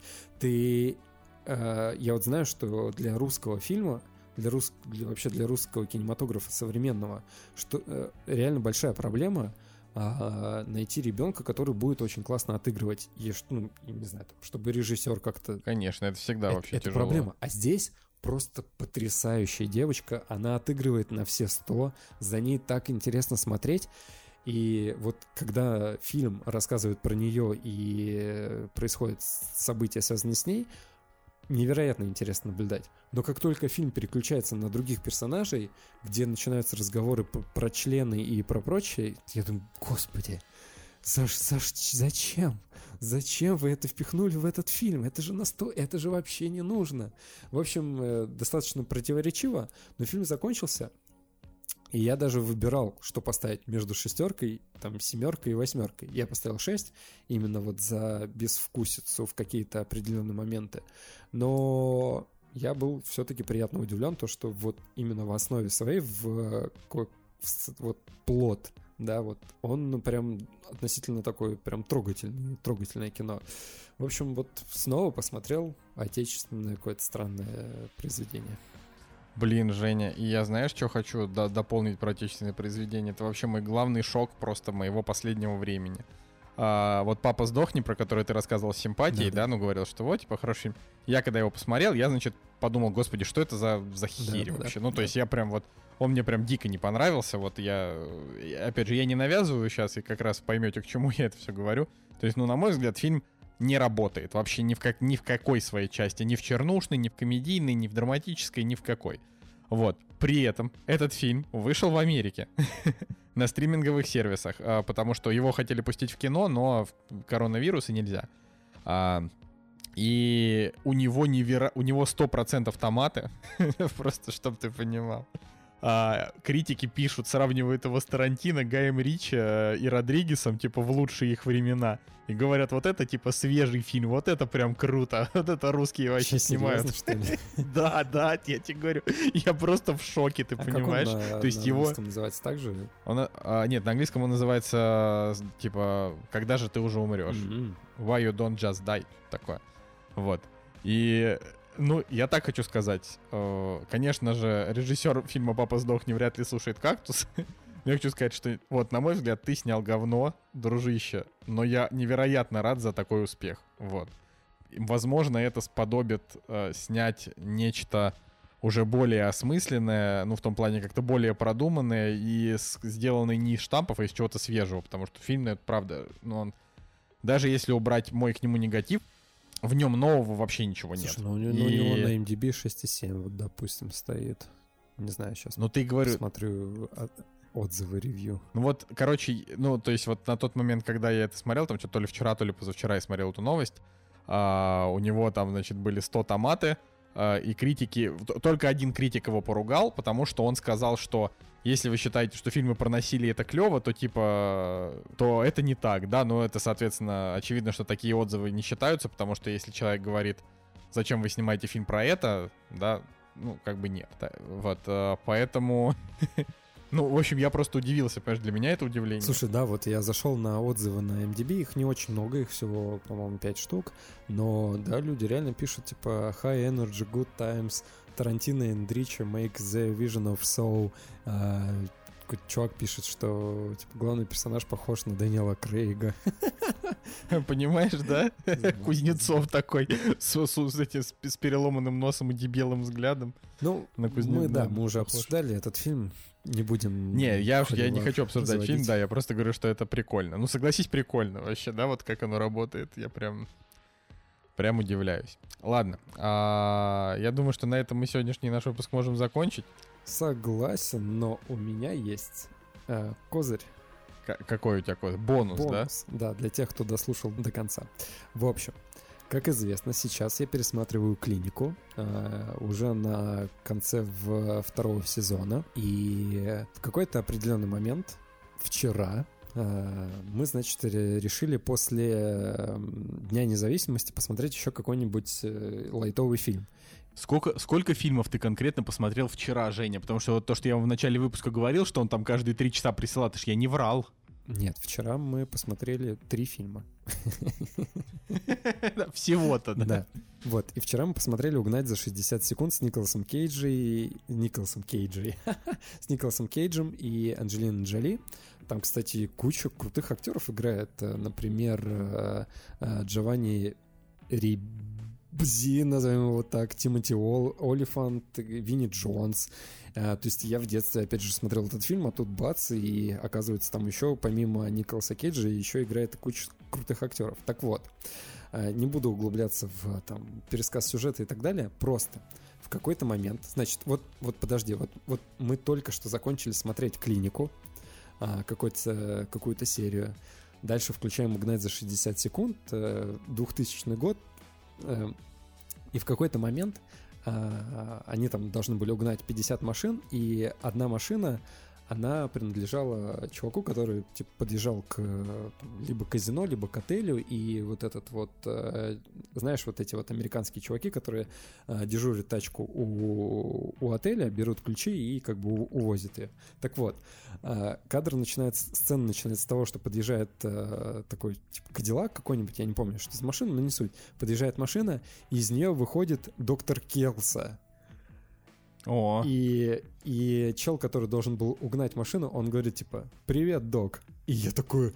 я вот знаю, что для русского фильма, вообще для русского кинематографа современного, что реально большая проблема найти ребенка, который будет очень классно отыгрывать. И, ну, не знаю, чтобы режиссер как-то...
Конечно, это всегда вообще
это
тяжело.
проблема. А здесь просто потрясающая девочка. Она отыгрывает на все 100. За ней так интересно смотреть. И вот когда фильм рассказывает про нее и происходят события, связанные с ней, невероятно интересно наблюдать. Но как только фильм переключается на других персонажей, где начинаются разговоры про члены и про прочее, я думаю, господи, зачем? Зачем вы это впихнули в этот фильм? Это же вообще не нужно. В общем, достаточно противоречиво, но фильм закончился, и я даже выбирал, что поставить между 6, там, 7 и 8. Я поставил 6, именно вот за безвкусицу в какие-то определенные моменты. Но я был все-таки приятно удивлен, то, что вот именно в основе своей, вот плот, да, вот он прям относительно такой прям трогательное кино. В общем, вот снова посмотрел отечественное какое-то странное произведение.
Блин, Женя, и я знаешь, что хочу дополнить про отечественное произведение? Это вообще мой главный шок просто моего последнего времени. Вот «Папа, сдохни», про который ты рассказывал с симпатией, да, ну говорил, что вот, типа, хороший фильм. Я когда его посмотрел, я, значит, подумал, господи, что это за херь вообще? Ну, то есть я прям вот, он мне прям дико не понравился, вот я, опять же, я не навязываю сейчас, и как раз поймете, к чему я это все говорю. То есть, ну, на мой взгляд, фильм не работает вообще ни в какой своей части, ни в чернушной, ни в комедийной, ни в драматической, ни в какой. Вот. При этом этот фильм вышел в Америке на стриминговых сервисах, потому что его хотели пустить в кино, но в коронавирус и нельзя. И у него 100% томаты, просто чтобы ты понимал. Критики пишут, сравнивают его с Тарантино, Гаем Ричи и Родригесом, типа, в лучшие их времена. И говорят, вот это, типа, свежий фильм, вот это прям круто, вот это русские вообще снимают. Да, я тебе говорю, я просто в шоке, ты понимаешь?
То есть его... на английском называется так же?
Нет, на английском он называется, типа, «Когда же ты уже умрешь?» Why you don't just die? Такое. Вот. И... Ну, я так хочу сказать. Конечно же, режиссер фильма «Папа, сдохни» вряд ли слушает «Кактус». Я хочу сказать, что, вот, на мой взгляд, ты снял говно, дружище, но я невероятно рад за такой успех. Вот. Возможно, это сподобит снять нечто уже более осмысленное, ну, в том плане, как-то более продуманное и сделанное не из штампов, а из чего-то свежего, потому что фильм, это правда, ну, он... Даже если убрать мой к нему негатив, в нем нового вообще ничего нет.
Слушай, ну у него на MDB 6,7, вот, допустим, стоит. Не знаю, сейчас посмотрю отзывы, ревью.
Ну вот, короче, ну, то есть вот на тот момент, когда я это смотрел, там что-то то ли вчера, то ли позавчера я смотрел эту новость, у него там, значит, были 100 томаты, и критики... Только один критик его поругал, потому что он сказал, что если вы считаете, что фильмы про насилие это клево, то типа... То это не так, да, но это, соответственно, очевидно, что такие отзывы не считаются, потому что если человек говорит, зачем вы снимаете фильм про это, да, ну, как бы нет. Да, вот, поэтому... Ну, в общем, я просто удивился, понимаешь, для меня это удивление.
Слушай, да, вот я зашел на отзывы на MDB, их не очень много, их всего, по-моему, 5 штук, но, да, люди реально пишут, типа, high energy, good times, Tarantino and Ricci make the vision of soul. Какой-то чувак пишет, что, типа, главный персонаж похож на Дэниела Крейга.
Понимаешь, да? Кузнецов такой, с переломанным носом и дебелым взглядом.
Ну, мы уже обсуждали этот фильм. Не будем...
Не, я не хочу обсуждать фильм, да, я просто говорю, что это прикольно. Ну, согласись, прикольно вообще, да, вот как оно работает. Я прям удивляюсь. Ладно, я думаю, что на этом мы сегодняшний наш выпуск можем закончить.
Согласен, но у меня есть козырь.
Какой у тебя козырь? Бонус, да?
Да, для тех, кто дослушал до конца. В общем, как известно, сейчас я пересматриваю «Клинику» уже на конце второго сезона. И в какой-то определенный момент, вчера, мы, значит, решили после Дня независимости посмотреть еще какой-нибудь лайтовый фильм.
Сколько фильмов ты конкретно посмотрел вчера, Женя? Потому что вот то, что я вам в начале выпуска говорил, что он там каждые 3 часа присылал, это ж я не врал.
Нет, вчера мы посмотрели 3 фильма.
Всего-то, да?
Да. Вот, и вчера мы посмотрели «Угнать за 60 секунд» с Николасом Кейджем и Анджелиной Джоли. Там, кстати, куча крутых актеров играет. Например, Джованни Рибзи, назовем его так, Тимоти Олифант, Винни Джонс. То есть я в детстве, опять же, смотрел этот фильм, а тут бац, и оказывается, там еще, помимо Николаса Кейджа, еще играет куча крутых актеров. Так вот, не буду углубляться в там, пересказ сюжета и так далее, просто в какой-то момент, значит, вот подожди, вот мы только что закончили смотреть «Клинику», какую-то серию, дальше включаем «Угнать за 60 секунд», 2000 год, и в какой-то момент они там должны были угнать 50 машин, и одна машина, она принадлежала чуваку, который типа подъезжал к либо казино, либо к отелю, и вот этот вот, знаешь, вот эти вот американские чуваки, которые дежурят тачку у отеля, берут ключи и как бы увозят ее. Так вот, сцена начинается с того, что подъезжает такой типа Кадиллак какой-нибудь, я не помню, что за машина, но не суть. Подъезжает машина, и из нее выходит доктор Келса.
О.
И чел, который должен был угнать машину, он говорит, типа, «Привет, док». И я такой,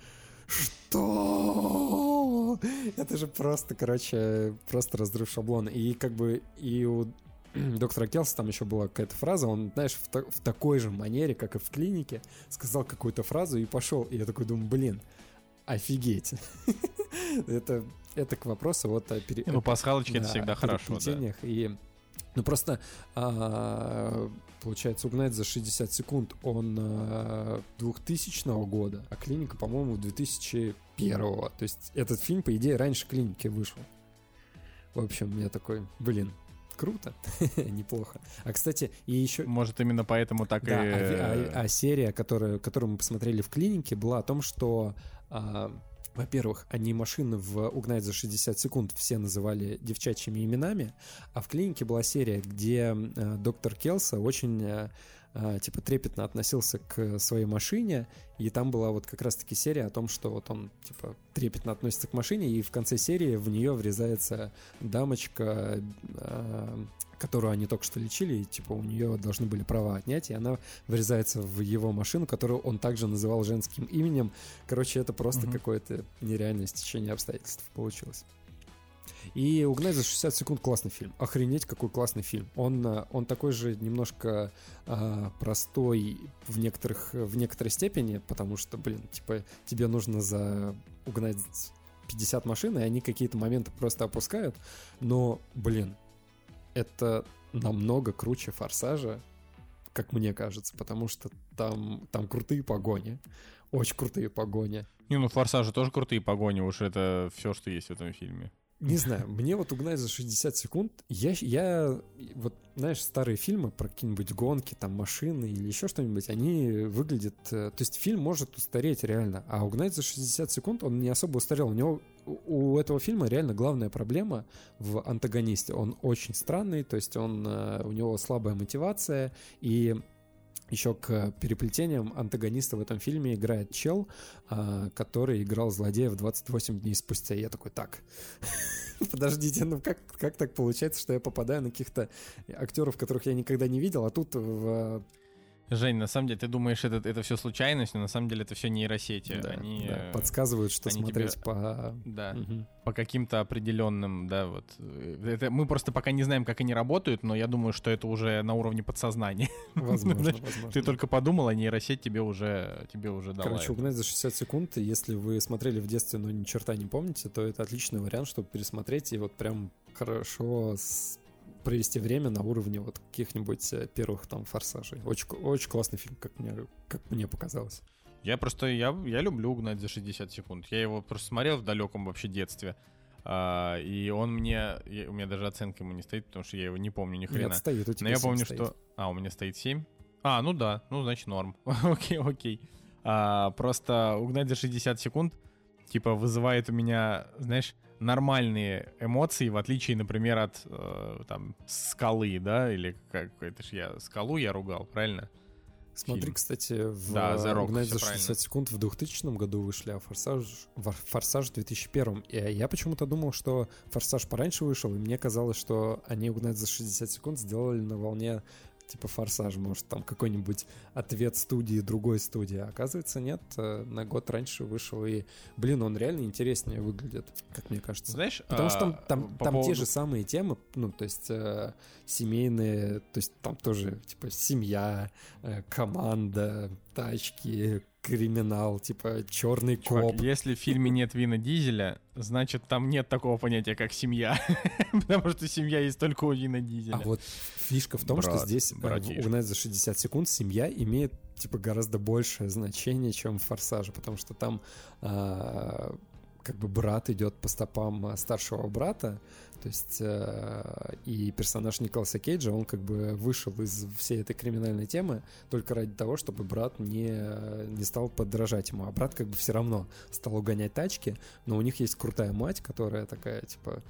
что? Это же просто, короче, просто разрыв шаблона. И как бы и у доктора Келса там еще была какая-то фраза, он, знаешь, в такой же манере, как и в «Клинике», сказал какую-то фразу и пошел. И я такой думаю, блин, офигеть. Это к вопросу вот о
пасхалочки это всегда хорошо, да.
И ну просто, получается, «Угнать за 60 секунд» он 2000 года, а «Клиника», по-моему, 2001. То есть этот фильм, по идее, раньше «Клиники» вышел. В общем, я такой, блин, круто, неплохо. А, кстати, и еще...
Может, именно поэтому так
да,
и...
А серия, которую мы посмотрели в «Клинике», была о том, что... Во-первых, они машины в «Угнать за 60 секунд» все называли девчачьими именами, а в «Клинике» была серия, где доктор Келса очень типа трепетно относился к своей машине, и там была вот как раз-таки серия о том, что вот он типа трепетно относится к машине, и в конце серии в нее врезается дамочка, которую они только что лечили, и типа у нее должны были права отнять, и она врезается в его машину, которую он также называл женским именем. Короче, это просто какое-то нереальное стечение обстоятельств получилось. И «Угнать за 60 секунд» классный фильм. Охренеть, какой классный фильм. Он такой же немножко простой в некоторой степени, потому что, блин, типа тебе нужно угнать 50 машин, и они какие-то моменты просто опускают. Но, блин, это намного круче «Форсажа», как мне кажется, потому что там крутые погони. Очень крутые погони.
Не, ну в «Форсаже» тоже крутые погони, уж это все, что есть в этом фильме.
Не знаю, мне вот «Угнать за 60 секунд», я вот, знаешь, старые фильмы про какие-нибудь гонки, там, машины или еще что-нибудь, они выглядят... То есть фильм может устареть реально, а «Угнать за 60 секунд», он не особо устарел. У этого фильма реально главная проблема в антагонисте. Он очень странный, то есть у него слабая мотивация, и еще к переплетениям антагониста в этом фильме играет чел, который играл злодея в 28 дней спустя. И я такой, так, подождите, ну как так получается, что я попадаю на каких-то актеров, которых я никогда не видел, а тут
Жень, на самом деле, ты думаешь, это все случайность, но на самом деле это все нейросети.
Да,
они
подсказывают, что
они
смотреть
тебе,
по...
Да, по каким-то определенным, да, вот. Это, мы просто пока не знаем, как они работают, но я думаю, что это уже на уровне подсознания.
Возможно.
Ты только подумал, а нейросеть тебе уже дала.
Короче, «Угнать за 60 секунд», если вы смотрели в детстве, но ни черта не помните, то это отличный вариант, чтобы пересмотреть и вот прям хорошо провести время на уровне вот каких-нибудь первых там «Форсажей». Очень, очень классный фильм, как мне показалось.
Я люблю «Угнать за 60 секунд». Я его просто смотрел в далеком вообще детстве. И он у меня даже оценка ему не стоит, потому что я его не помню ни хрена.
Нет, стоит, у тебя.
Но я помню,
стоит.
что... у меня стоит 7. Ну да, ну значит норм. Окей. Просто «Угнать за 60 секунд» типа вызывает у меня, знаешь, нормальные эмоции, в отличие, например, от там «Скалы», да, или как это ж «Скалу» я ругал, правильно?
Смотри,
Фильм.
кстати, в
«Зарок»,
«Угнать за 60
правильно.
секунд» в 2000 году вышли, а «Форсаж» в 2001. И я почему-то думал, что «Форсаж» пораньше вышел, и мне казалось, что они «Угнать за 60 секунд» сделали на волне типа «Форсаж», может, там какой-нибудь ответ студии, другой студии. А оказывается, нет, на год раньше вышел, и, он реально интереснее выглядит, как мне кажется.
Знаешь,
потому что там те же самые темы, ну, то есть семейные, то есть там тоже, типа, семья, команда, тачки, криминал, типа черный коп.
Чувак, если в фильме нет Вина Дизеля, значит там нет такого понятия, как семья. Потому что семья есть только у Вина Дизеля.
А вот фишка в том, что здесь «Угнать за 60 секунд» семья имеет типа гораздо большее значение, чем в «Форсаже», потому что там как бы брат идет по стопам старшего брата, то есть и персонаж Николаса Кейджа, он как бы вышел из всей этой криминальной темы только ради того, чтобы брат не стал подражать ему, а брат как бы все равно стал угонять тачки, но у них есть крутая мать, которая такая, типа,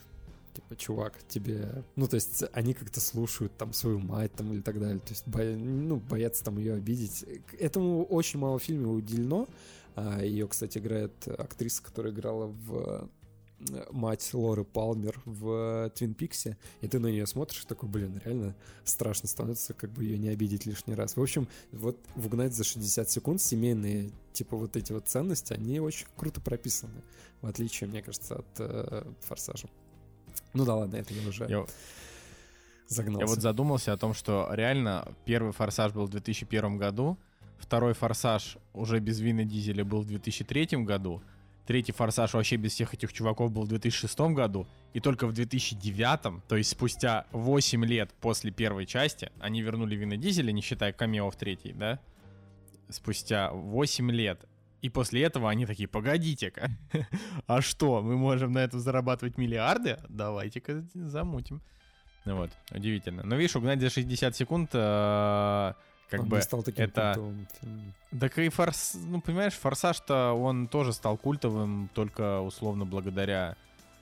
чувак, тебе... Ну, то есть они как-то слушают там свою мать там или так далее, то есть боятся там ее обидеть. Этому очень мало в фильме уделено. Ее, кстати, играет актриса, которая играла в мать Лоры Палмер в «Твин Пиксе», и ты на нее смотришь и такой, реально страшно становится, как бы ее не обидеть лишний раз. В общем, вот в «Угнать за 60 секунд» семейные, типа, вот эти вот ценности, они очень круто прописаны, в отличие, мне кажется, от «Форсажа». Ну да, ладно, это я уже загнался.
Я вот задумался о том, что реально первый «Форсаж» был в 2001 году, второй «Форсаж» уже без Вина Дизеля был в 2003 году, третий «Форсаж» вообще без всех этих чуваков был в 2006 году, и только в 2009, то есть спустя 8 лет после первой части, они вернули Вина Дизеля, не считая камео в третьей, да? Спустя 8 лет. И после этого они такие, погодите-ка, а что, мы можем на этом зарабатывать миллиарды? Давайте-ка замутим. Ну вот, удивительно. Но видишь, «Угнать за 60 секунд», как
он
бы
стал таким
это...
культовым фильмом.
Так и ну понимаешь, «Форсаж»-то он тоже стал культовым только условно благодаря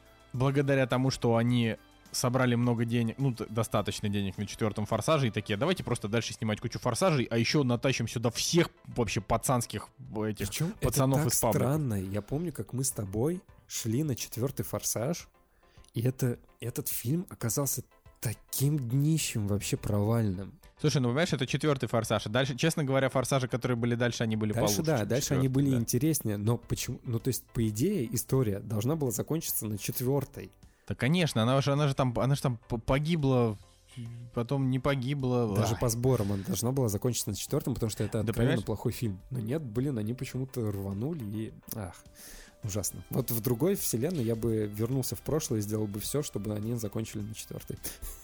тому, что они собрали много денег, достаточно денег на четвертом «Форсаже», и такие, давайте просто дальше снимать кучу «Форсажей», а еще натащим сюда всех вообще пацанских этих
Причем
пацанов
это так
из паблика.
странно. Я помню, как мы с тобой шли на четвертый «Форсаж», и этот фильм оказался таким днищем вообще провальным.
Слушай, понимаешь, это четвертый «Форсаж». Дальше, честно говоря, «Форсажи», которые были дальше, они были получше.
Дальше они были интереснее, но почему? Ну, то есть, по идее, история должна была закончиться на четвертой.
Да, конечно, она же там погибла, потом не погибла.
Даже по сборам она должна была закончиться на четвертом, потому что это откровенно плохой фильм. Но нет, они почему-то рванули и... Ужасно. Вот в другой вселенной я бы вернулся в прошлое и сделал бы все, чтобы они закончили на четвертой.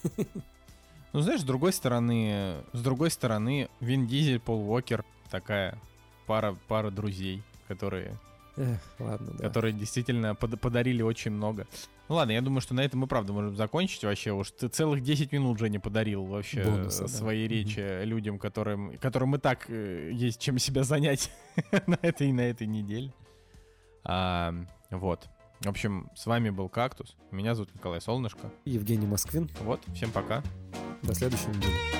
Ну, знаешь, с другой стороны, Вин Дизель, Пол Уокер, такая пара друзей, которые
Ладно, да.
которые действительно подарили очень много. Ну ладно, я думаю, что на этом мы правда можем закончить вообще. Уж ты целых 10 минут Женя подарил вообще
Бонуса,
своей речи людям, которым и так есть чем себя занять на этой неделе. Вот. В общем, с вами был Кактус. Меня зовут Николай Солнышко.
Евгений Москвин.
Вот, всем пока.
До следующей недели.